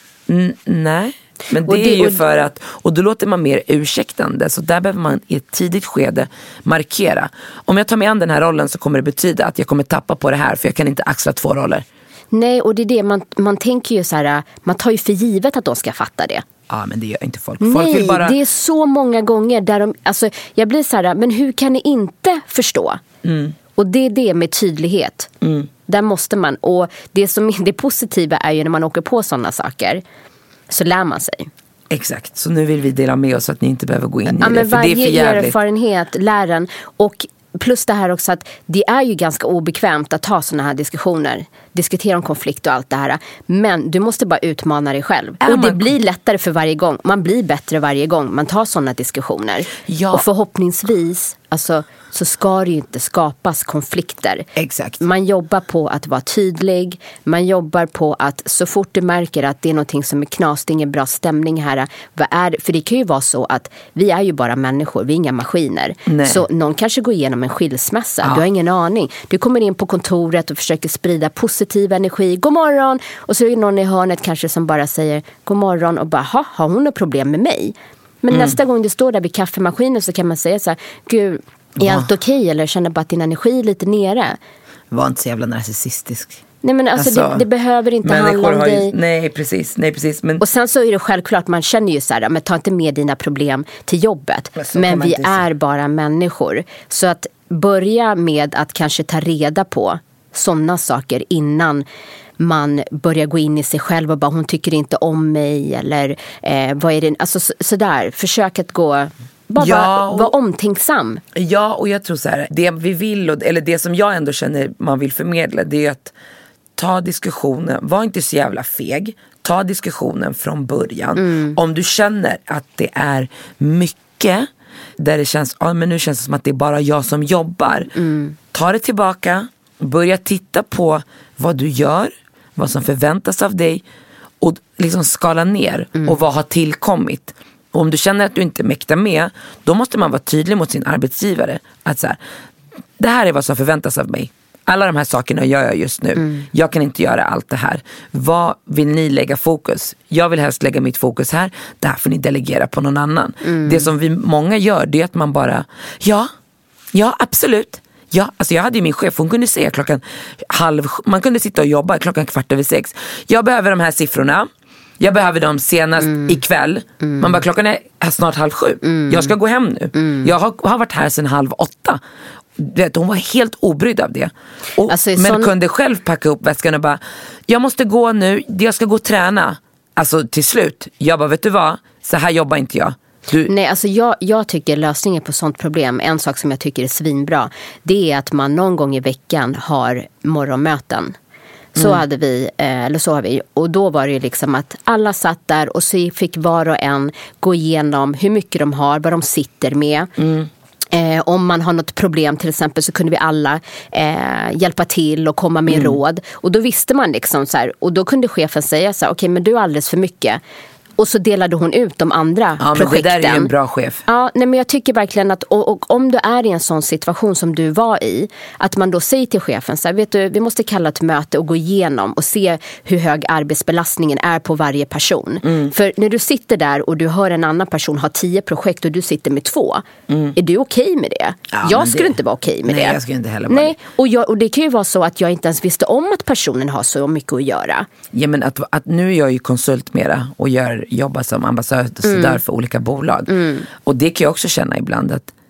n- nej. Men det, det är ju för att, och då låter man mer ursäktande. Så där behöver man i ett tidigt skede markera. Om jag tar mig an den här rollen så kommer det betyda att jag kommer tappa på det här. För jag kan inte axla två roller. Nej, och det är det, man, man tänker ju så här, man tar ju för givet att de ska fatta det. Ja, men det gör inte folk. folk Nej, vill bara... det är så många gånger där de, alltså jag blir så här, men hur kan ni inte förstå? Mm. Och det är det med tydlighet. Mm. Där måste man, och det som det positiva är ju när man åker på sådana saker, så lär man sig. Exakt, så nu vill vi dela med oss så att ni inte behöver gå in ja, i det. Men för varje det är för jävligt. Erfarenhet, lären. Och plus det här också att det är ju ganska obekvämt att ta såna här diskussioner. Diskutera om konflikt och allt det här. Men du måste bara utmana dig själv. Är och det man... blir lättare för varje gång. Man blir bättre varje gång man tar såna diskussioner. Ja. Och förhoppningsvis alltså, så ska det ju inte skapas konflikter. Exakt. Man jobbar på att vara tydlig. Man jobbar på att så fort du märker att det är någonting som är knas, det är ingen bra stämning här. Vad är, för det kan ju vara så att vi är ju bara människor, vi är inga maskiner. Nej. Så någon kanske går igenom en skilsmässa. Ja. Du har ingen aning. Du kommer in på kontoret och försöker sprida positiv energi. God morgon! Och så är det någon i hörnet kanske som bara säger god morgon och bara, ha, har hon något problem med mig? Men mm. nästa gång du står där vid kaffemaskinen så kan man säga så här, gud, är Va? allt okej? Okay? Eller känner bara att din energi är lite nere. Var inte så jävla narcissistisk. Nej, men alltså, alltså det, det behöver inte handla om dig. Ju, nej, precis, nej, precis. Men... Och sen så är det självklart, man känner ju så här, men ta inte med dina problem till jobbet. Men, men vi är bara människor. Så att börja med att kanske ta reda på sådana saker innan man börjar gå in i sig själv och bara, hon tycker inte om mig eller eh, vad är det, alltså så, sådär, försök att gå bara ja, vara var omtänksam. Ja, och jag tror så här, det vi vill, och, eller det som jag ändå känner man vill förmedla, det är att ta diskussionen, var inte så jävla feg, ta diskussionen från början. Mm. Om du känner att det är mycket där det känns, ja men nu känns det som att det är bara jag som jobbar. Mm. Ta det tillbaka, börja titta på vad du gör, vad som förväntas av dig och liksom skala ner mm. och vad har tillkommit. Och om du känner att du inte mäktar med, då måste man vara tydlig mot sin arbetsgivare att så här, det här är vad som förväntas av mig. Alla de här sakerna gör jag just nu. Mm. Jag kan inte göra allt det här. Vad vill ni lägga fokus? Jag vill helst lägga mitt fokus här. Det här får ni delegera på någon annan. Mm. Det som vi många gör, det är att man bara, ja, ja absolut. Ja, alltså jag hade ju min chef, hon kunde säga klockan halv, man kunde sitta och jobba klockan kvart över sex. Jag behöver de här siffrorna. Jag behöver dem senast mm. ikväll. Mm. Man bara, klockan är snart halv sju. Mm. Jag ska gå hem nu. Mm. Jag har, har varit här sedan halv åtta. Vet, hon var helt obrydd av det. Och, alltså, men sån... kunde själv packa upp väskan och bara, jag måste gå nu, jag ska gå och träna. Alltså till slut, jag bara, vet du vad? Så här jobbar inte jag. Du... Nej, alltså jag, jag tycker lösningen på sånt problem, en sak som jag tycker är svinbra, det är att man någon gång i veckan har morgonmöten. Så mm. hade vi, eller så har vi, och då var det ju liksom att alla satt där och så fick var och en gå igenom hur mycket de har, vad de sitter med. Mm. Eh, om man har något problem till exempel så kunde vi alla eh, hjälpa till och komma med mm. råd. Och då visste man liksom så här, och då kunde chefen säga så här, okej, men du är alldeles för mycket. Och så delade hon ut de andra ja, projekten. Men det där är ju en bra chef. Ja, nej, men jag tycker verkligen att och, och om du är i en sån situation som du var i, att man då säger till chefen så här, vet du, vi måste kalla ett möte och gå igenom och se hur hög arbetsbelastningen är på varje person. Mm. För när du sitter där och du hör en annan person ha tio projekt och du sitter med två, mm. är du okej med det? Ja, jag skulle det... inte vara okej med nej, det. Nej, jag skulle inte heller vara nej, och, jag, och det kan ju vara så att jag inte ens visste om att personen har så mycket att göra. Ja, men att, att nu är jag ju konsult mera och gör, jobbar som ambassadör mm. för olika bolag. Mm. Och det kan jag också känna ibland att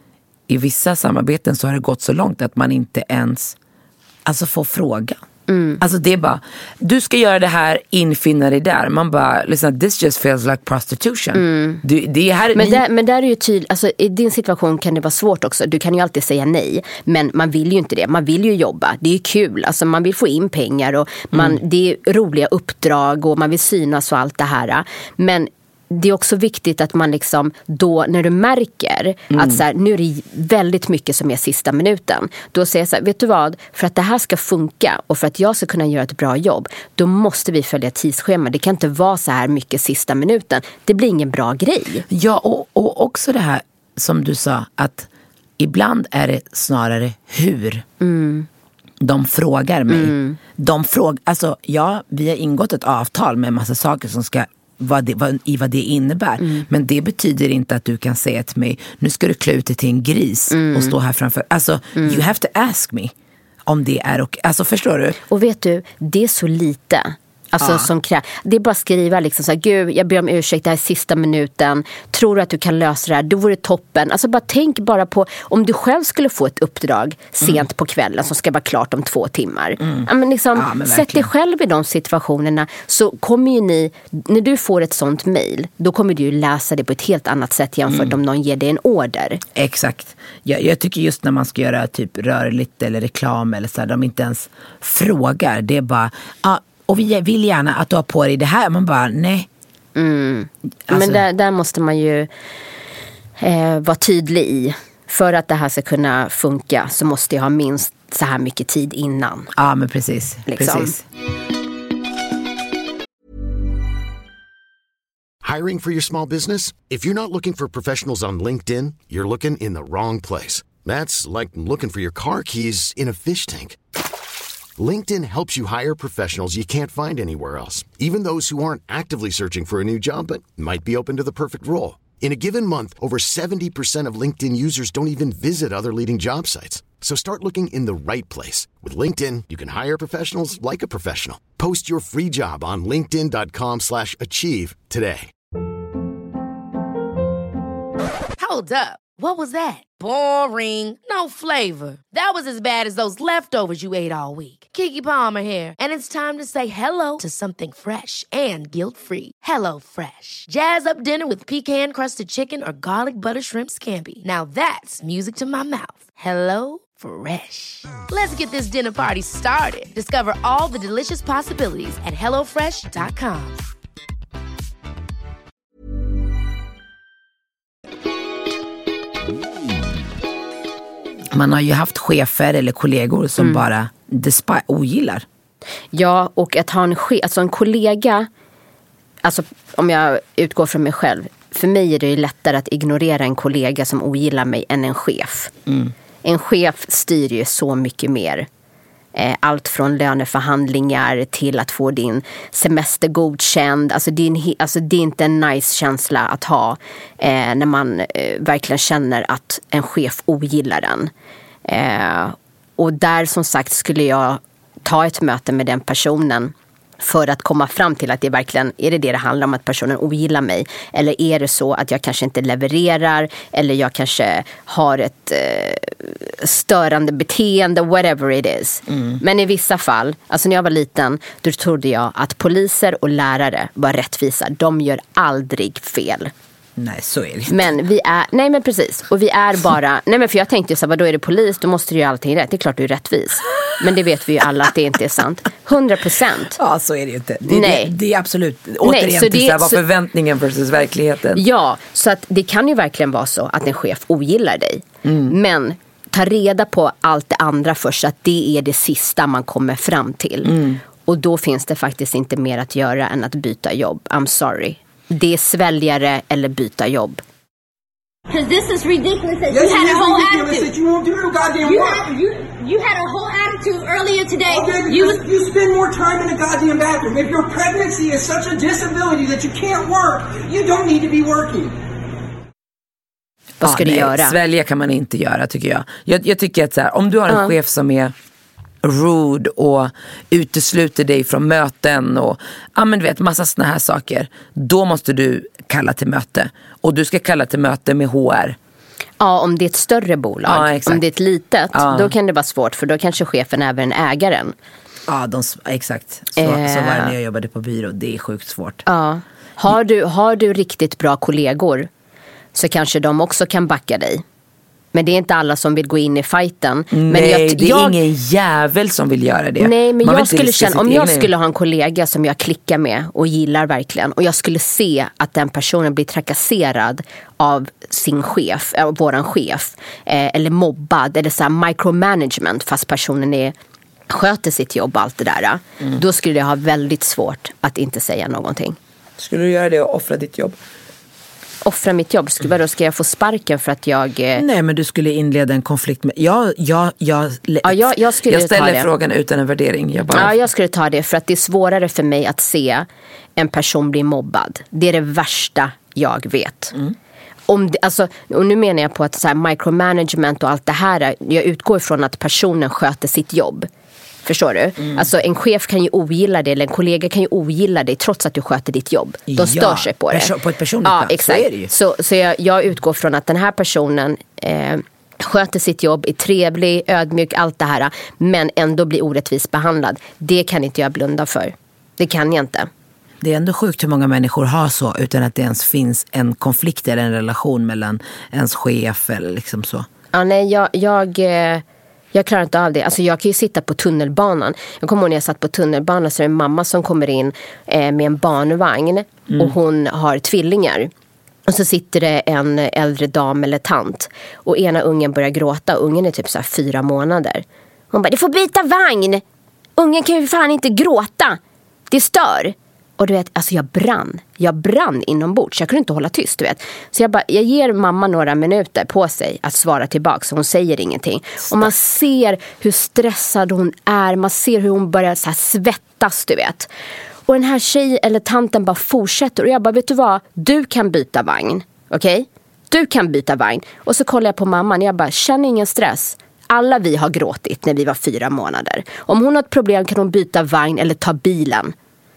i vissa samarbeten så har det gått så långt att man inte ens alltså får fråga. Mm. Alltså det är bara, du ska göra det här, infinna dig där. Man bara, listen, this just feels like prostitution. Mm. Du, det är här, men, ni... där, men där är ju tydligt, alltså i din situation kan det vara svårt också. Du kan ju alltid säga nej, men man vill ju inte det. Man vill ju jobba, det är ju kul. Alltså man vill få in pengar och man, mm. det är roliga uppdrag och man vill synas och allt det här. Men det är också viktigt att man liksom då, när du märker mm. att så här, nu är det väldigt mycket som är sista minuten, då säger jag så här, vet du vad, för att det här ska funka och för att jag ska kunna göra ett bra jobb, då måste vi följa tidsschema. Det kan inte vara så här mycket sista minuten. Det blir ingen bra grej. Ja, och, och också det här som du sa, att ibland är det snarare hur mm. de frågar mig. Mm. De frågar, alltså ja, vi har ingått ett avtal med en massa saker som ska Vad det, vad, i vad det innebär. Mm. Men det betyder inte att du kan säga till mig, nu ska du klä ut dig till en gris mm. och stå här framför. Alltså, mm. you have to ask me om det är okej. Alltså, förstår du? Och vet du, det är så lite. Alltså, ja. som krä- det är bara att skriva liksom så här, gud, jag ber om ursäkt, det här är sista minuten. Tror du att du kan lösa det här? Det vore toppen. Alltså bara tänk bara på, om du själv skulle få ett uppdrag sent mm. på kvällen som ska vara klart om två timmar. Mm. Ja, men liksom, ja, men sätt dig själv i de situationerna, så kommer ju ni, när du får ett sånt mejl, då kommer du ju läsa det på ett helt annat sätt jämfört mm. om någon ger dig en order. Exakt. Jag, jag tycker just när man ska göra typ rörligt eller reklam eller så här, de inte ens frågar. Det är bara, ja, ah, och vi vill gärna att du har på dig det här. Man bara, nej. Mm. Alltså. Men där, där måste man ju eh, vara tydlig i. För att det här ska kunna funka så måste jag ha minst så här mycket tid innan. Ja, men precis. Liksom. precis. Hiring for your small business? If you're not looking for professionals on LinkedIn, you're looking in the wrong place. That's like looking for your car keys in a fish tank. LinkedIn helps you hire professionals you can't find anywhere else, even those who aren't actively searching for a new job but might be open to the perfect role. In a given month, over seventy percent of LinkedIn users don't even visit other leading job sites. So start looking in the right place. With LinkedIn, you can hire professionals like a professional. Post your free job on linkedin.com slash achieve today. Hold up. What was that? Boring. No flavor. That was as bad as those leftovers you ate all week. Keke Palmer here, and it's time to say hello to something fresh and guilt-free. Hello Fresh. Jazz up dinner with pecan-crusted chicken or garlic butter shrimp scampi. Now that's music to my mouth. Hello Fresh. Let's get this dinner party started. Discover all the delicious possibilities at hello fresh dot com. Man har ju haft chefer eller kollegor som mm. bara despi- ogillar. Ja, och att ha en, che- alltså en kollega, alltså om jag utgår från mig själv, för mig är det ju lättare att ignorera en kollega som ogillar mig än en chef. Mm. En chef styr ju så mycket mer. Allt från löneförhandlingar till att få din semester godkänd. Alltså det är, en, alltså det är inte en nice känsla att ha eh, när man eh, verkligen känner att en chef ogillar den. Eh, och där som sagt skulle jag ta ett möte med den personen för att komma fram till att det verkligen är det det det handlar om, att personen ogillar mig, eller är det så att jag kanske inte levererar, eller jag kanske har ett eh, störande beteende, whatever it is. Mm. Men i vissa fall, alltså när jag var liten, då trodde jag att poliser och lärare var rättvisa. De gör aldrig fel. Nej, så är det inte. Men vi är, nej men precis, och vi är bara, nej men för jag tänkte så här, då är det polis, då måste du ju allting rätt, det är klart du är rättvis. Men det vet vi ju alla att det inte är sant. hundra procent. Ja, så är det ju inte. Det, nej. Det, det är absolut, återigen nej, så till det, så här, vad förväntningen versus verkligheten. Ja, så att det kan ju verkligen vara så att en chef ogillar dig. Mm. Men ta reda på allt det andra först, så att det är det sista man kommer fram till. Mm. Och då finns det faktiskt inte mer att göra än att byta jobb. I'm sorry. Det är sväljare eller byta jobb. Because this is ridiculous that yes, you had a whole ridiculous attitude. That you won't do no goddamn you work. Had, you, you had a whole attitude earlier today. Okay, you, you spend more time in the goddamn bathroom. If your pregnancy is such a disability that you can't work, you don't need to be working. Vad ska ah, du nej, göra? Svälja kan man inte göra, tycker jag. Jag, jag tycker att så här, om du har en uh. chef som är rude och utesluter dig från möten och ja, men du vet, massa såna här saker, då måste du kalla till möte. Och du ska kalla till möte med H R. Ja, om det är ett större bolag. Ja, exakt. Om det är ett litet, Ja. då kan det vara svårt. För då kanske chefen är även ägaren. Ja, de, exakt. Så, Eh. så var det när jag jobbade på byrå. Det är sjukt svårt. Ja. Har du, har du riktigt bra kollegor så kanske de också kan backa dig. Men det är inte alla som vill gå in i fighten. Men Nej, jag, det är jag, ingen jävel som vill göra det. Nej, men Man vill jag inte skulle riska känna, om sitt jag egna- skulle ha en kollega som jag klickar med och gillar verkligen, och jag skulle se att den personen blir trakasserad av sin chef, av våran chef, eh, eller mobbad, eller så här micromanagement, fast personen är, sköter sitt jobb och allt det där, Mm. då skulle jag ha väldigt svårt att inte säga någonting. Skulle du göra det och offra ditt jobb? Offra mitt jobb, ska, då ska jag få sparken för att jag... Eh, Nej, men du skulle inleda en konflikt med... Jag, jag, jag, Ja, jag- jag skulle jag ta ställer det. frågan utan en värdering. Jag bara... Ja, jag skulle ta det för att det är svårare för mig att se en person bli mobbad. Det är det värsta jag vet. Mm. Om det, alltså, och nu menar jag på att så här, micromanagement och allt det här, jag utgår ifrån att personen sköter sitt jobb. Förstår du? Mm. Alltså en chef kan ju ogilla det, eller en kollega kan ju ogilla det trots att du sköter ditt jobb. De Ja, stör sig på det. perso- på ett personligt Ja, plan, så exakt. är det ju. Så, så jag, jag utgår från att den här personen eh, sköter sitt jobb, är trevlig, ödmjuk, allt det här, men ändå blir orättvist behandlad. Det kan inte jag blunda för. Det kan jag inte. Det är ändå sjukt hur många människor har så utan att det ens finns en konflikt eller en relation mellan ens chef eller liksom så. Ja, nej, jag, jag, eh, jag klarar inte av det. Alltså jag kan ju sitta på tunnelbanan. Jag kommer ihåg när jag satt på tunnelbanan, så är det en mamma som kommer in eh, med en barnvagn. Mm. Och hon har tvillingar. Och så sitter det en äldre dam eller tant. Och ena ungen börjar gråta. Ungen är typ så här fyra månader. Hon bara, du får byta vagn. Ungen kan ju fan inte gråta. Det stör. Och du vet, alltså jag brann. Jag brann inombords. Jag kunde inte hålla tyst, du vet. Så jag bara, jag ger mamma några minuter på sig att svara tillbaka. Så hon säger ingenting. Och man ser hur stressad hon är. Man ser hur hon börjar så här svettas, du vet. Och den här tjejen eller tanten bara fortsätter. Och jag bara, vet du vad? Du kan byta vagn. Okej? Okay? Du kan byta vagn. Och så kollar jag på mamman. Jag bara, känner ingen stress. Alla vi har gråtit när vi var fyra månader. Om hon har ett problem kan hon byta vagn eller ta bilen.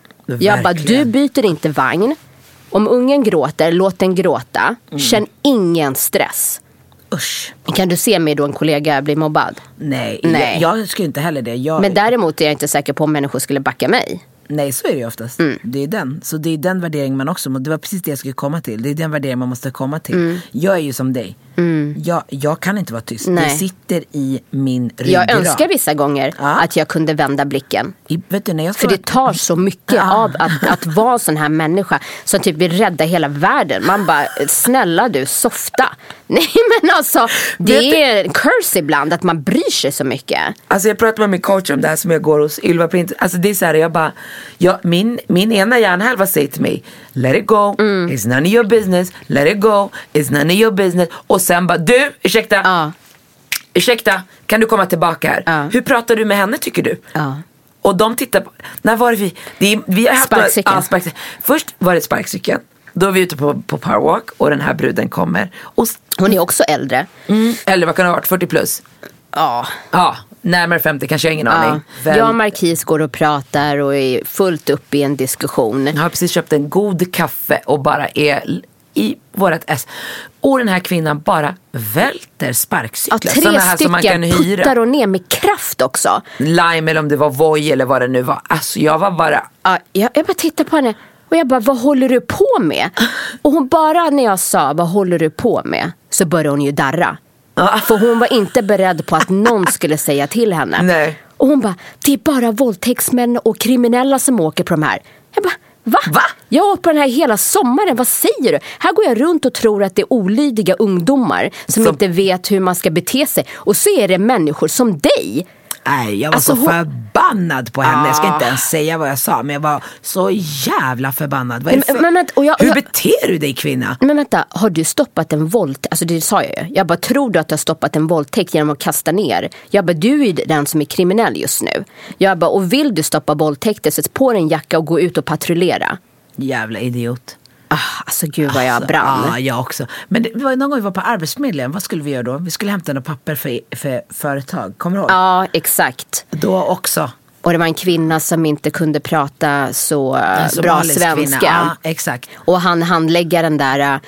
Jag bara, du byter inte vagn. Om ungen gråter, låt den gråta. Mm. Känn ingen stress. Usch. Kan du se mig då en kollega bli mobbad? Nej, Nej. Jag, jag skulle inte heller det. Jag... Men däremot är jag inte säker på om människor skulle backa mig. Nej, så är det ju oftast. Mm. Det är den. Så det är den värderingen man också... Det var precis det jag skulle komma till. Det är den värderingen man måste komma till. Mm. Jag är ju som dig. Mm. Jag, jag kan inte vara tyst. Nej. Det sitter i min ryggrad. Jag önskar vissa gånger ja. att jag kunde vända blicken. I, vet du, när jag För det tar så mycket ja. av att, att vara sån här människa som typ vill rädda hela världen. Man bara, snälla du, softa. Nej men alltså, det är en curse ibland att man bryr sig så mycket. Alltså jag pratade med min coach om det här som jag går hos Ylva Print. Alltså det är så här, jag bara, jag, min, min ena hjärnhalva säger till mig, let it go, mm. it's none of your business, let it go, it's none of your business. Och sen bara, du, ursäkta, ja. ursäkta, kan du komma tillbaka här? Ja. Hur pratar du med henne tycker du? Ja. Och de tittar på, när var det vi? Det är, vi har haft sparkcykeln. Ja, sparkcykeln. Först var det sparkcykeln. Då är vi ute på, på powerwalk och den här bruden kommer. Och, hon är också äldre. Mm, eller vad kan det ha varit, fyrtio plus? Ja. Ja, närmare femtio, kanske jag har ingen ja. aning. Väl... Jag och Marquis går och pratar och är fullt upp i en diskussion. Jag har precis köpt en god kaffe och bara är i vårat S. Och den här kvinnan bara välter sparkcyklar. Ja, tre såna här stycken som man kan hyra. puttar och ner med kraft också. Lime eller om det var Voi eller vad det nu var. Alltså jag var bara... Ja, jag, jag bara tittar på henne. Och jag bara, vad håller du på med? Och hon bara, när jag sa, vad håller du på med? Så började hon ju darra. För hon var inte beredd på att någon skulle säga till henne. Nej. Och hon bara, det är bara våldtäktsmän och kriminella som åker på de här. Jag bara, va? Va? Jag åker på den här hela sommaren, vad säger du? Här går jag runt och tror att det är olydiga ungdomar som, som... inte vet hur man ska bete sig. Och så är det människor som dig. Nej, jag var alltså, så hon... förbannad på henne. Ah. Jag ska inte ens säga vad jag sa, men jag var så jävla förbannad. Vad är det för... men, men, och jag, Hur jag... beter du dig, kvinna? Men vänta, har du stoppat en våldtäkt? Alltså det sa jag ju. Jag bara, tror du att du har stoppat en våldtäkt genom att kasta ner? Jag bara, du är ju den som är kriminell just nu. Jag bara, och vill du stoppa våldtäkter, sätt på en jacka och gå ut och patrullera. Jävla idiot. Ah, alltså gud vad jag alltså, brann. Ja, jag också. Men det var någon gång vi var på Arbetsförmedlingen. Vad skulle vi göra då? Vi skulle hämta några papper för, för företag. Kommer du ihåg? Ja, exakt. Då också. Och det var en kvinna som inte kunde prata så bra svenska. Ja, exakt. Och han handläggaren där,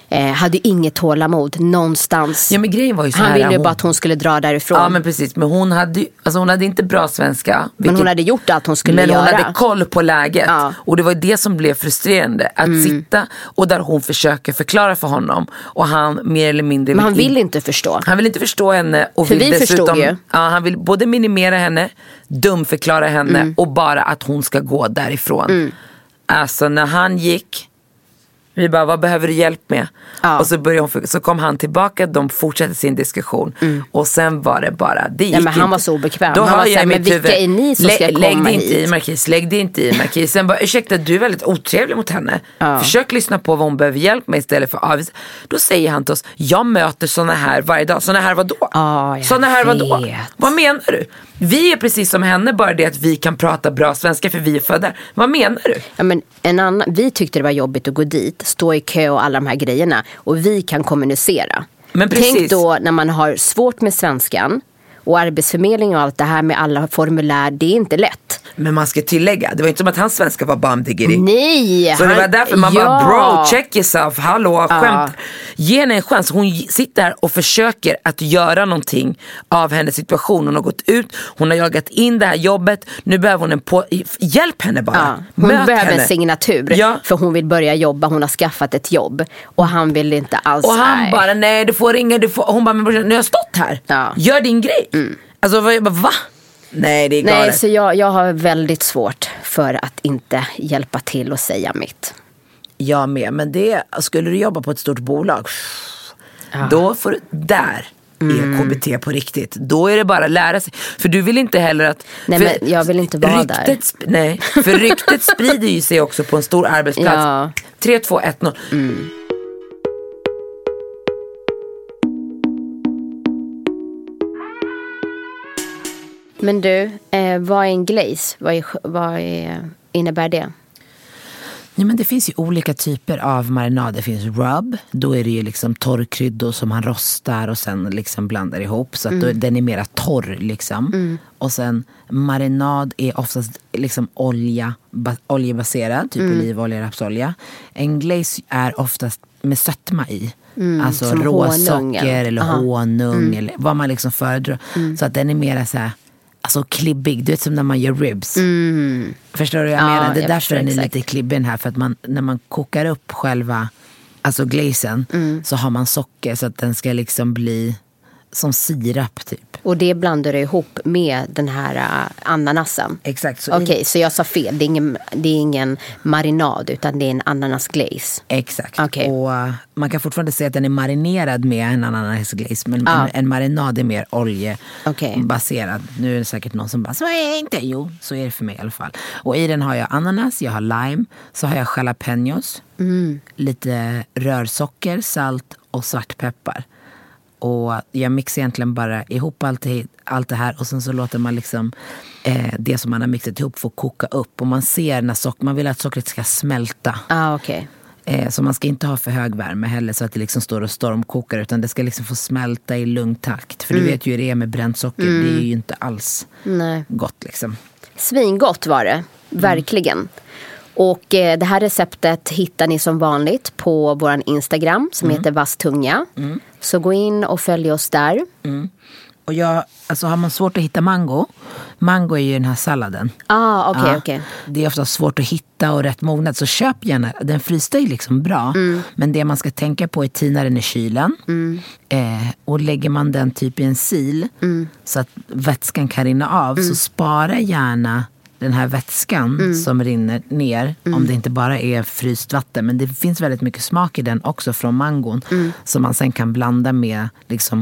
eh, hade inget tålamod någonstans. Ja, men grejen var ju så Han här, ville ju hon... bara att hon skulle dra därifrån. Ja, men precis. Men hon hade, alltså hon hade inte bra svenska. Vilket... Men hon hade gjort allt hon skulle men göra. Men hon hade koll på läget. Ja. Och det var det som blev frustrerande. Att mm. sitta och där hon försöker förklara för honom. Och han mer eller mindre... Men han vill vill inte förstå. Han vill inte förstå henne. Och för vill vi dessutom, förstod ju. Ja, han vill både minimera henne, dumförklara henne mm. och bara att hon ska gå därifrån. Mm. Alltså när han gick... Vi bara, vad behöver du hjälp med? Ja. Och så, började hon, så kom han tillbaka, de fortsatte sin diskussion. Mm. Och sen var det bara, det gick ja, men han inte. var så obekväm. Då han var såhär, men vilka är ni som lä, ska lägg komma det hit? inte i Marquis, lägg det inte i Marquis. Sen bara, ursäkta, du är väldigt otrevlig mot henne. Ja. Försök lyssna på vad hon behöver hjälp med istället för avvis. Då säger han till oss, jag möter såna här varje dag. Såna här vadå? Oh, såna här vadå? Vad menar du? Vi är precis som henne, bara det att vi kan prata bra svenska för vi är födda. Vad menar du? Ja, men en annan, vi tyckte det var jobbigt att gå dit, stå i kö och alla de här grejerna. Och vi kan kommunicera. Men precis. Tänk då när man har svårt med svenskan och arbetsförmedling och allt det här med alla formulär, det är inte lätt. Men man ska tillägga, det var inte som att hans svenska var bamdiggeri. Nej. Så han, det var därför man ja. bara, bro, check yourself, hallå, ja. skämt. Ge henne en chans. Hon sitter här och försöker att göra någonting av hennes situation. Hon har gått ut, hon har jagat in det här jobbet. Nu behöver hon en på... Hjälp henne bara. Ja. Hon Möt behöver henne. En signatur. Ja. För hon vill börja jobba, hon har skaffat ett jobb. Och han vill inte alls. Och han nej. bara, nej du får ringa, du får... Hon bara, men nu har jag stått här. Ja. Gör din grej. Mm. Alltså jag bara, va? Nej, det är galet. Nej, så jag, jag har väldigt svårt för att inte hjälpa till och säga mitt. Jag med, men det, skulle du jobba på ett stort bolag, ja. då får du, där mm. är K B T på riktigt. Då är det bara att lära sig. För du vill inte heller att... Nej, men jag vill inte vara där. Sp- nej, för ryktet sprider ju sig också på en stor arbetsplats. Ja. tre, två, ett, noll. Mm. Men du, eh, vad är en glaze? Vad, är, vad är, innebär det? Ja, men det finns ju olika typer av marinad. Det finns rub, då är det ju liksom torrkryddor som man rostar och sen liksom blandar ihop. Så att mm. då, den är mera torr liksom. Mm. Och sen marinad är oftast liksom olja, ba, oljebaserad, typ mm. olivolja, rapsolja. En glaze är oftast med sötma i. Mm, alltså råsocker eller Aha. honung mm. eller vad man liksom föredrar. Mm. Så att den är mera så här, alltså klibbig, du vet som när man gör ribs. Mm. Förstår du vad jag ja, menar? Det är därför den är exakt. lite klibbig här. För att man, när man kokar upp själva, alltså glazen, mm. så har man socker så att den ska liksom bli som sirap typ. Och det blandar du ihop med den här uh, ananasen. Exakt. Okej, okay, i... så jag sa fel. Det är, ingen, det är ingen marinad utan det är en ananasglaze. Exakt. Okay. Och uh, man kan fortfarande säga att den är marinerad med en ananasglaze. Men ah. en, en marinad är mer oljebaserad. Okay. Nu är det säkert någon som bara, så är det inte. Jo, så är det för mig i alla fall. Och i den har jag ananas, jag har lime, så har jag jalapenos, mm. lite rörsocker, salt och svartpeppar. Och jag mixar egentligen bara ihop allt det, allt det här. Och sen så låter man liksom eh, det som man har mixat ihop få koka upp. Och man ser när socker, man vill att sockret ska smälta. Ah, okej. Okay. Eh, så man ska inte ha för hög värme heller så att det liksom står och stormkokar. Utan det ska liksom få smälta i lugn takt. För mm. du vet ju hur det är med bränt socker. Mm. Det är ju inte alls Nej. gott liksom. Svingott var det, verkligen. Mm. Och eh, det här receptet hittar ni som vanligt på våran Instagram som mm. heter Vasstunga. Mm. Så gå in och följ oss där. Mm. Och jag, alltså har man svårt att hitta mango, mango är ju den här salladen. Ah, okej, okay, ja, okej. Okay. Det är ofta svårt att hitta och rätt mognad, så köp gärna. Den frysta är liksom bra, mm. men det man ska tänka på är tina den i kylen. Mm. Eh, och lägger man den typ i en sil mm. så att vätskan kan rinna av, mm. så spara gärna den här vätskan mm. som rinner ner, mm. om det inte bara är fryst vatten. Men det finns väldigt mycket smak i den också från mangon. Mm. Som man sen kan blanda med liksom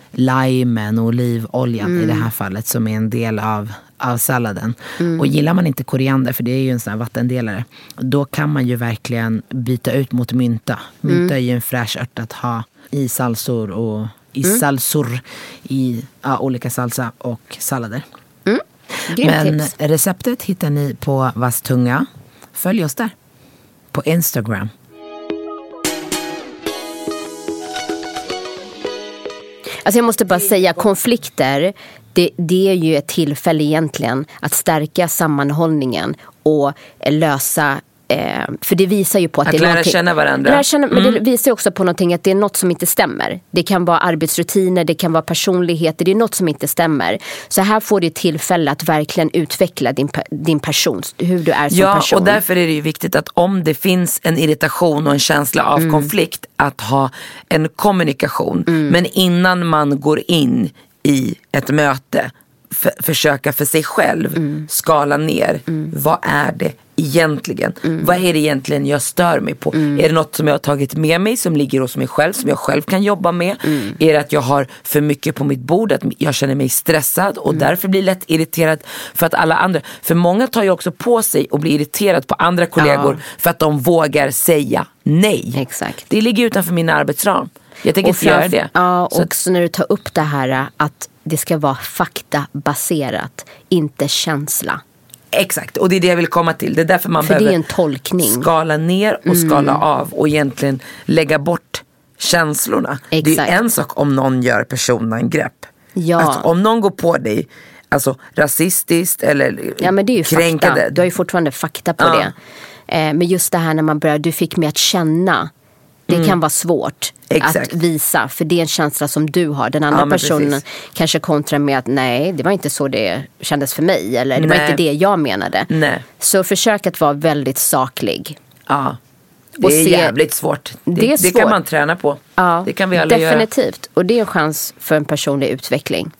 limen och olivoljan mm. i det här fallet, som är en del av, av salladen. Mm. Och gillar man inte koriander, för det är ju en sån här vattendelare, då kan man ju verkligen byta ut mot mynta. Mynta mm. är ju en fräsch ört att ha i salsor och i mm. salsor i ja, olika salsa och sallader. Mm. Men tips. Receptet hittar ni på Vasstunga. Följ oss där på Instagram. Alltså jag måste bara säga, konflikter, det, det är ju ett tillfälle egentligen att stärka sammanhållningen och lösa Eh, för det visar ju på att, att det är lära någonting, känna varandra. Lära känna, mm. men det visar ju också på någonting att det är något som inte stämmer. Det kan vara arbetsrutiner, det kan vara personligheter, det är något som inte stämmer. Så här får du tillfälle att verkligen utveckla din, din person, hur du är som ja, person. Och därför är det ju viktigt att om det finns en irritation och en känsla av mm. konflikt, att ha en kommunikation. Mm. Men innan man går in i ett möte, för, försöka för sig själv mm. skala ner. Mm. Vad är det egentligen? Mm. Vad är det egentligen jag stör mig på? Mm. Är det något som jag har tagit med mig som ligger hos mig själv, som jag själv kan jobba med? Mm. Är det att jag har för mycket på mitt bord, att jag känner mig stressad och mm. därför blir lätt irriterad för att alla andra, för många tar ju också på sig och blir irriterad på andra kollegor ja. för att de vågar säga nej. Exakt. Det ligger utanför min arbetsram. Jag tänker inte göra det. Ja, och så också när du tar upp det här att det ska vara faktabaserat, inte känsla. Exakt, och det är det jag vill komma till. Det är därför man För behöver det är en tolkning. skala ner och skala mm. av och egentligen lägga bort känslorna. Exakt. Det är en sak om någon gör personangrepp. Ja. Alltså, om någon går på dig, alltså rasistiskt eller ja, men det är ju kränkande. Fakta. Du har ju fortfarande fakta på ja. det. Eh, men just det här när man börjar, du fick mig att känna. Det mm. kan vara svårt Exakt. att visa, för det är en känsla som du har. Den andra ja, personen precis. kanske kontrar med att nej, det var inte så det kändes för mig. Eller det nej. var inte det jag menade. Nej. Så försök att vara väldigt saklig. Ja, det och är se, jävligt svårt. Det, det, är svårt. Det kan man träna på. Ja, det kan vi alla definitivt. göra. Och det är en chans för en personlig utveckling.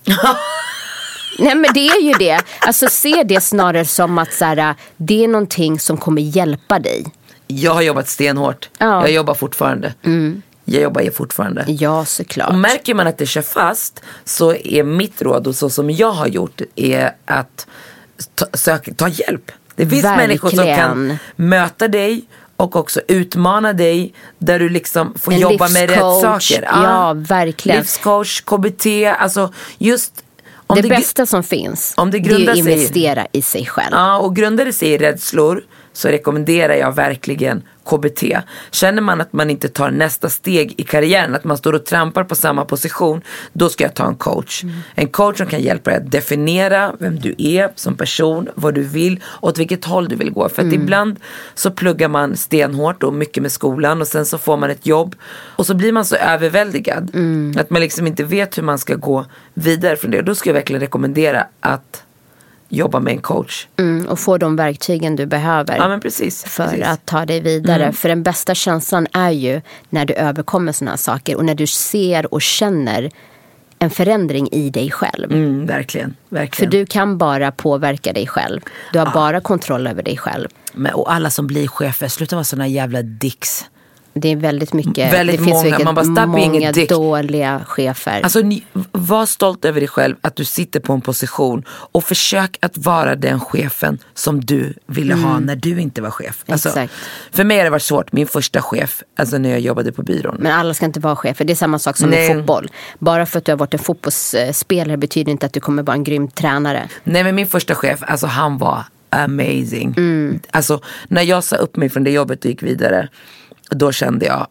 Nej, men det är ju det. Alltså se det snarare som att så här, det är någonting som kommer hjälpa dig. Jag har jobbat stenhårt. Ja. Jag jobbar fortfarande. Mm. Jag jobbar ju fortfarande. Ja, såklart. Och märker man att det kör fast, så är mitt råd, och så som jag har gjort, är att ta, söka, ta hjälp. Det finns verkligen människor som kan möta dig och också utmana dig, där du liksom får en jobba med rätt saker. Ja, ja, verkligen. Livscoach, K B T, alltså just om det, det bästa som finns, om det, det är att investera sig, i sig själv. Ja, och grundar det sig i rädslor, så rekommenderar jag verkligen K B T. Känner man att man inte tar nästa steg i karriären, att man står och trampar på samma position, då ska jag ta en coach. Mm. En coach som kan hjälpa dig att definiera vem du är som person, vad du vill och åt vilket håll du vill gå. För att mm. ibland så pluggar man stenhårt och mycket med skolan, och sen så får man ett jobb och så blir man så överväldigad mm. att man liksom inte vet hur man ska gå vidare från det. Då ska jag verkligen rekommendera att jobba med en coach. Mm, och få de verktygen du behöver. Ja, men precis, för precis. att ta dig vidare. Mm. För den bästa känslan är ju när du överkommer såna här saker. Och när du ser och känner en förändring i dig själv. Mm, verkligen, verkligen. För du kan bara påverka dig själv. Du har ja. bara kontroll över dig själv. Men, och alla som blir chefer, sluta vara såna jävla dicks. Det är väldigt mycket. Väldigt det finns många. Man bara, många dåliga chefer. Alltså, ni, var stolt över dig själv att du sitter på en position, och försök att vara den chefen som du ville mm. ha när du inte var chef. Alltså, Exakt. För mig har det varit svårt. Min första chef, alltså när jag jobbade på byrån. Men alla ska inte vara chefer. Det är samma sak som Nej. med fotboll. Bara för att du har varit en fotbollsspelare betyder inte att du kommer vara en grym tränare. Nej, men min första chef, alltså han var amazing. Mm. Alltså när jag sa upp mig från det jobbet och gick vidare, då kände jag,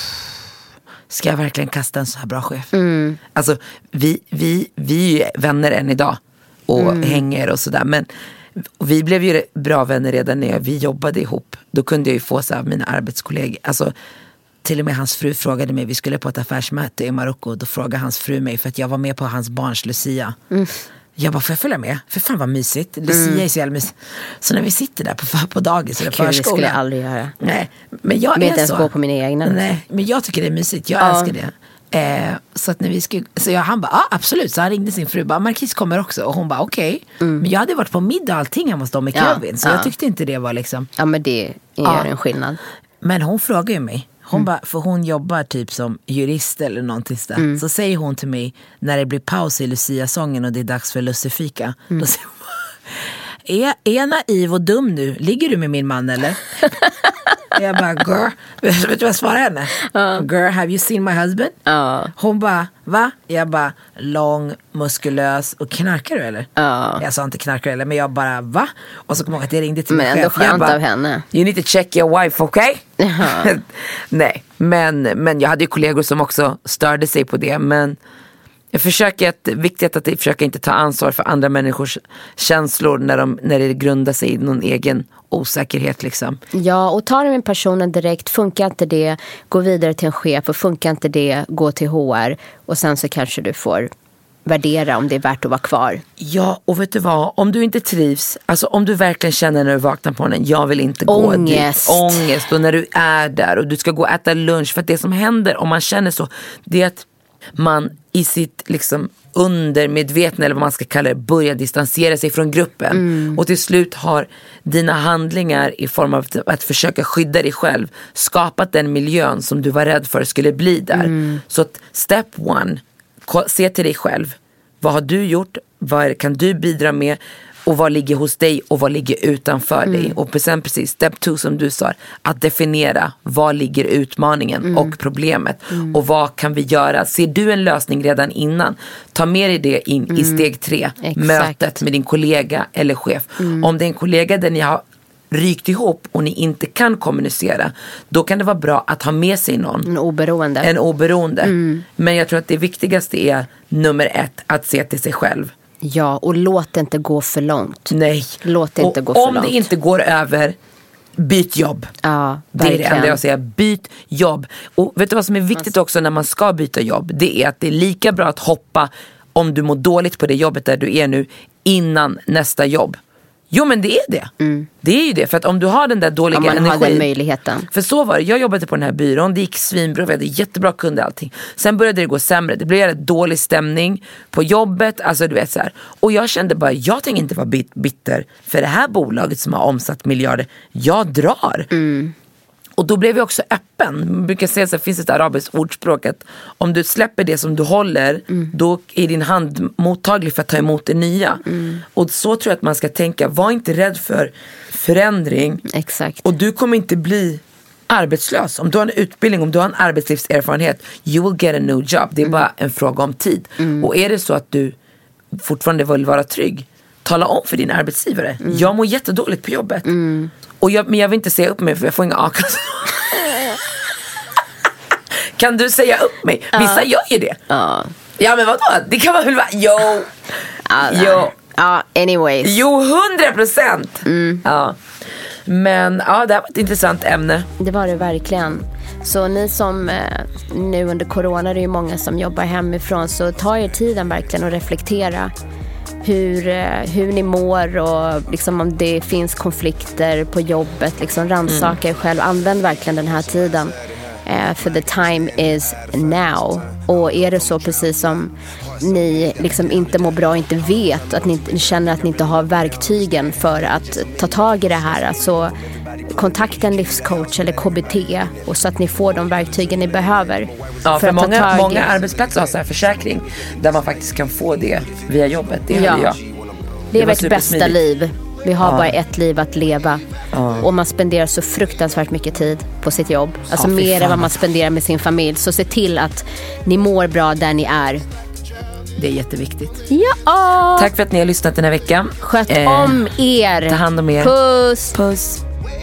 ska jag verkligen kasta en så här bra chef? Mm. Alltså vi, vi, vi är vänner än idag och mm. hänger och sådär. Men vi blev ju bra vänner redan när vi jobbade ihop. Då kunde jag ju få så här mina arbetskollegor. Alltså till och med hans fru frågade mig, vi skulle på ett affärsmöte i Marocko. Då frågade hans fru mig, för att jag var med på hans barns Lucia. Mm. Jag bara, får jag följa med? För fan vad mysigt. Lucia mm. är så jävla mysigt. Så när vi sitter där på, på dagis eller förskolan. Det skulle jag aldrig göra. Nej, men jag men är inte ens så. gå på mina egna. Nej, men jag tycker det är mysigt. Jag ja. älskar det. Eh, så att när vi skulle, så jag, han bara, ja ah, absolut. Så han ringde sin fru, bara, Marquis kommer också. Och hon bara, okej. Okay. Mm. Men jag hade varit på middag och allting hemma hos dem med Kevin. Ja. Så ja. jag tyckte inte det var liksom. Ja, men det gör ja. en skillnad. Men hon frågar ju mig. Hon mm. bara, för hon jobbar typ som jurist eller någonting där. Mm. Så säger hon till mig, när det blir paus i Lucia-sången och det är dags för lussefika. Mm. Då säger hon, är, är jag naiv och dum nu? Ligger du med min man eller? Jag bara, girl, vet du vad jag svarar henne? Uh. Girl, have you seen my husband? Uh. Hon bara, va? Jag bara, lång, muskulös och knarkar du eller? Uh. Jag sa inte knarkar eller, men jag bara, va? Och så kom jag att jag ringde till min chef. Men ändå skönt av henne. You need to check your wife, okay? Uh-huh. Nej, men, men jag hade ju kollegor som också störde sig på det. Men Jag försöker att, viktigt att försöka inte ta ansvar för andra människors känslor när, de, när det grundar sig i någon egen osäkerhet liksom. Ja, och ta det med personen direkt. Funkar inte det, gå vidare till en chef, och funkar inte det, gå till H R, och sen så kanske du får värdera om det är värt att vara kvar. Ja, och vet du vad? Om du inte trivs, alltså om du verkligen känner när du vaknar på morgonen, jag vill inte gå Ångest. dit. Ångest. Och när du är där och du ska gå och äta lunch, för att det som händer om man känner så, det är att man i sitt liksom undermedvetna, eller vad man ska kalla det, börjar distansera sig från gruppen. Mm. Och till slut har dina handlingar i form av att försöka skydda dig själv skapat den miljön som du var rädd för skulle bli där. Mm. Så att step one, se till dig själv. Vad har du gjort? Vad kan du bidra med? Och vad ligger hos dig och vad ligger utanför mm. dig? Och sen precis, step two som du sa, att definiera vad ligger utmaningen mm. och problemet. Mm. Och vad kan vi göra? Ser du en lösning redan innan? Ta med dig det in mm. i steg tre. Exakt. Mötet med din kollega eller chef. Mm. Om det är en kollega där ni har rykt ihop och ni inte kan kommunicera, då kan det vara bra att ha med sig någon. En oberoende. En oberoende. Mm. Men jag tror att det viktigaste är nummer ett, att se till sig själv. Ja, och låt det inte gå för långt. Nej. Låt det inte och gå för om långt. det inte går över, byt jobb. Ja, det är det enda jag säger. Byt jobb. Och vet du vad som är viktigt också när man ska byta jobb? Det är att det är lika bra att hoppa om du mår dåligt på det jobbet där du är nu innan nästa jobb. Jo, men det är det. Mm. Det är ju det. För att om du har den där dåliga energin. energin. Har den möjligheten. För så var det. Jag jobbade på den här byrån. Det gick svinbra. Vi hade jättebra kunder och allting. Sen började det gå sämre. Det blev en dålig stämning på jobbet. Alltså du vet så här. Och jag kände bara, jag tänker inte vara bit- bitter för det här bolaget som har omsatt miljarder. Jag drar. Mm. Och då blev jag också öppen. Man brukar säga så, det finns ett arabiskt ordspråk att om du släpper det som du håller, mm. då är din hand mottaglig för att ta emot det nya. Mm. Och så tror jag att man ska tänka. Var inte rädd för förändring. Exakt. Och du kommer inte bli arbetslös. Om du har en utbildning, om du har en arbetslivserfarenhet, you will get a new job. Det är mm. bara en fråga om tid. Mm. Och är det så att du fortfarande vill vara trygg, tala om för din arbetsgivare. Mm. Jag mår jättedåligt på jobbet. Mm. Och jag, men jag vill inte säga upp mig för jag får inga a-kassa. Kan du säga upp mig? Vissa uh. gör ju det. Uh. Ja, men vadå? Det kan man väl vara. Jo. Uh, jo. Ja, uh, anyways. Jo, hundra procent. Mm. Ja. Men ja, det här var ett intressant ämne. Det var det verkligen. Så ni som eh, nu under corona, det är ju många som jobbar hemifrån, så ta er tiden verkligen och reflektera hur, hur ni mår och liksom om det finns konflikter på jobbet, liksom rannsaka mm. er själv. Använd verkligen den här tiden, eh, för the time is now. Och är det så precis som ni liksom inte mår bra, inte vet, att ni, inte, ni känner att ni inte har verktygen för att ta tag i det här, alltså kontakta en livscoach eller K B T, och så att ni får de verktygen ni behöver. Ja, för, för många, många arbetsplatser har så här försäkring där man faktiskt kan få det via jobbet. Det ja. hade jag. Det är vårt bästa liv. Vi har ja. bara ett liv att leva. Ja. Och man spenderar så fruktansvärt mycket tid på sitt jobb. Alltså ja, mer än vad man spenderar med sin familj. Så se till att ni mår bra där ni är. Det är jätteviktigt. Ja. Tack för att ni har lyssnat den här veckan. Sköt eh, om er. Ta hand om er. Puss. Puss.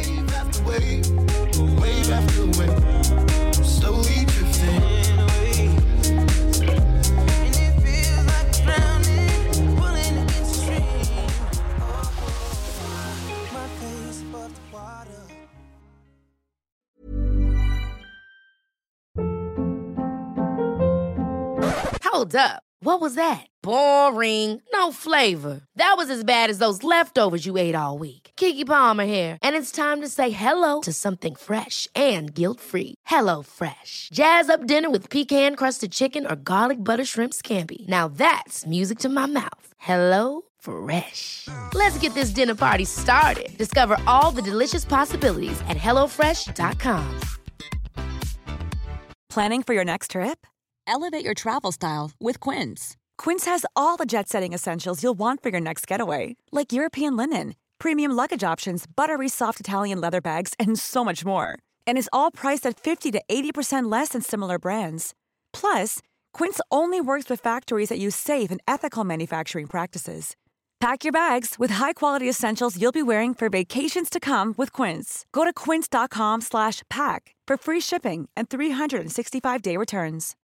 Hold up. What was that? Boring. No flavor. That was as bad as those leftovers you ate all week. Keke Palmer here. And it's time to say hello to something fresh and guilt-free. Hello Fresh. Jazz up dinner with pecan-crusted chicken or garlic butter shrimp scampi. Now that's music to my mouth. Hello Fresh. Let's get this dinner party started. Discover all the delicious possibilities at hello fresh dot com. Planning for your next trip? Elevate your travel style with Quince. Quince has all the jet-setting essentials you'll want for your next getaway, like European linen, premium luggage options, buttery soft Italian leather bags, and so much more. And is all priced at fifty to eighty percent less than similar brands. Plus, Quince only works with factories that use safe and ethical manufacturing practices. Pack your bags with high-quality essentials you'll be wearing for vacations to come with Quince. Go to quince dot com slash pack for free shipping and three sixty-five day returns.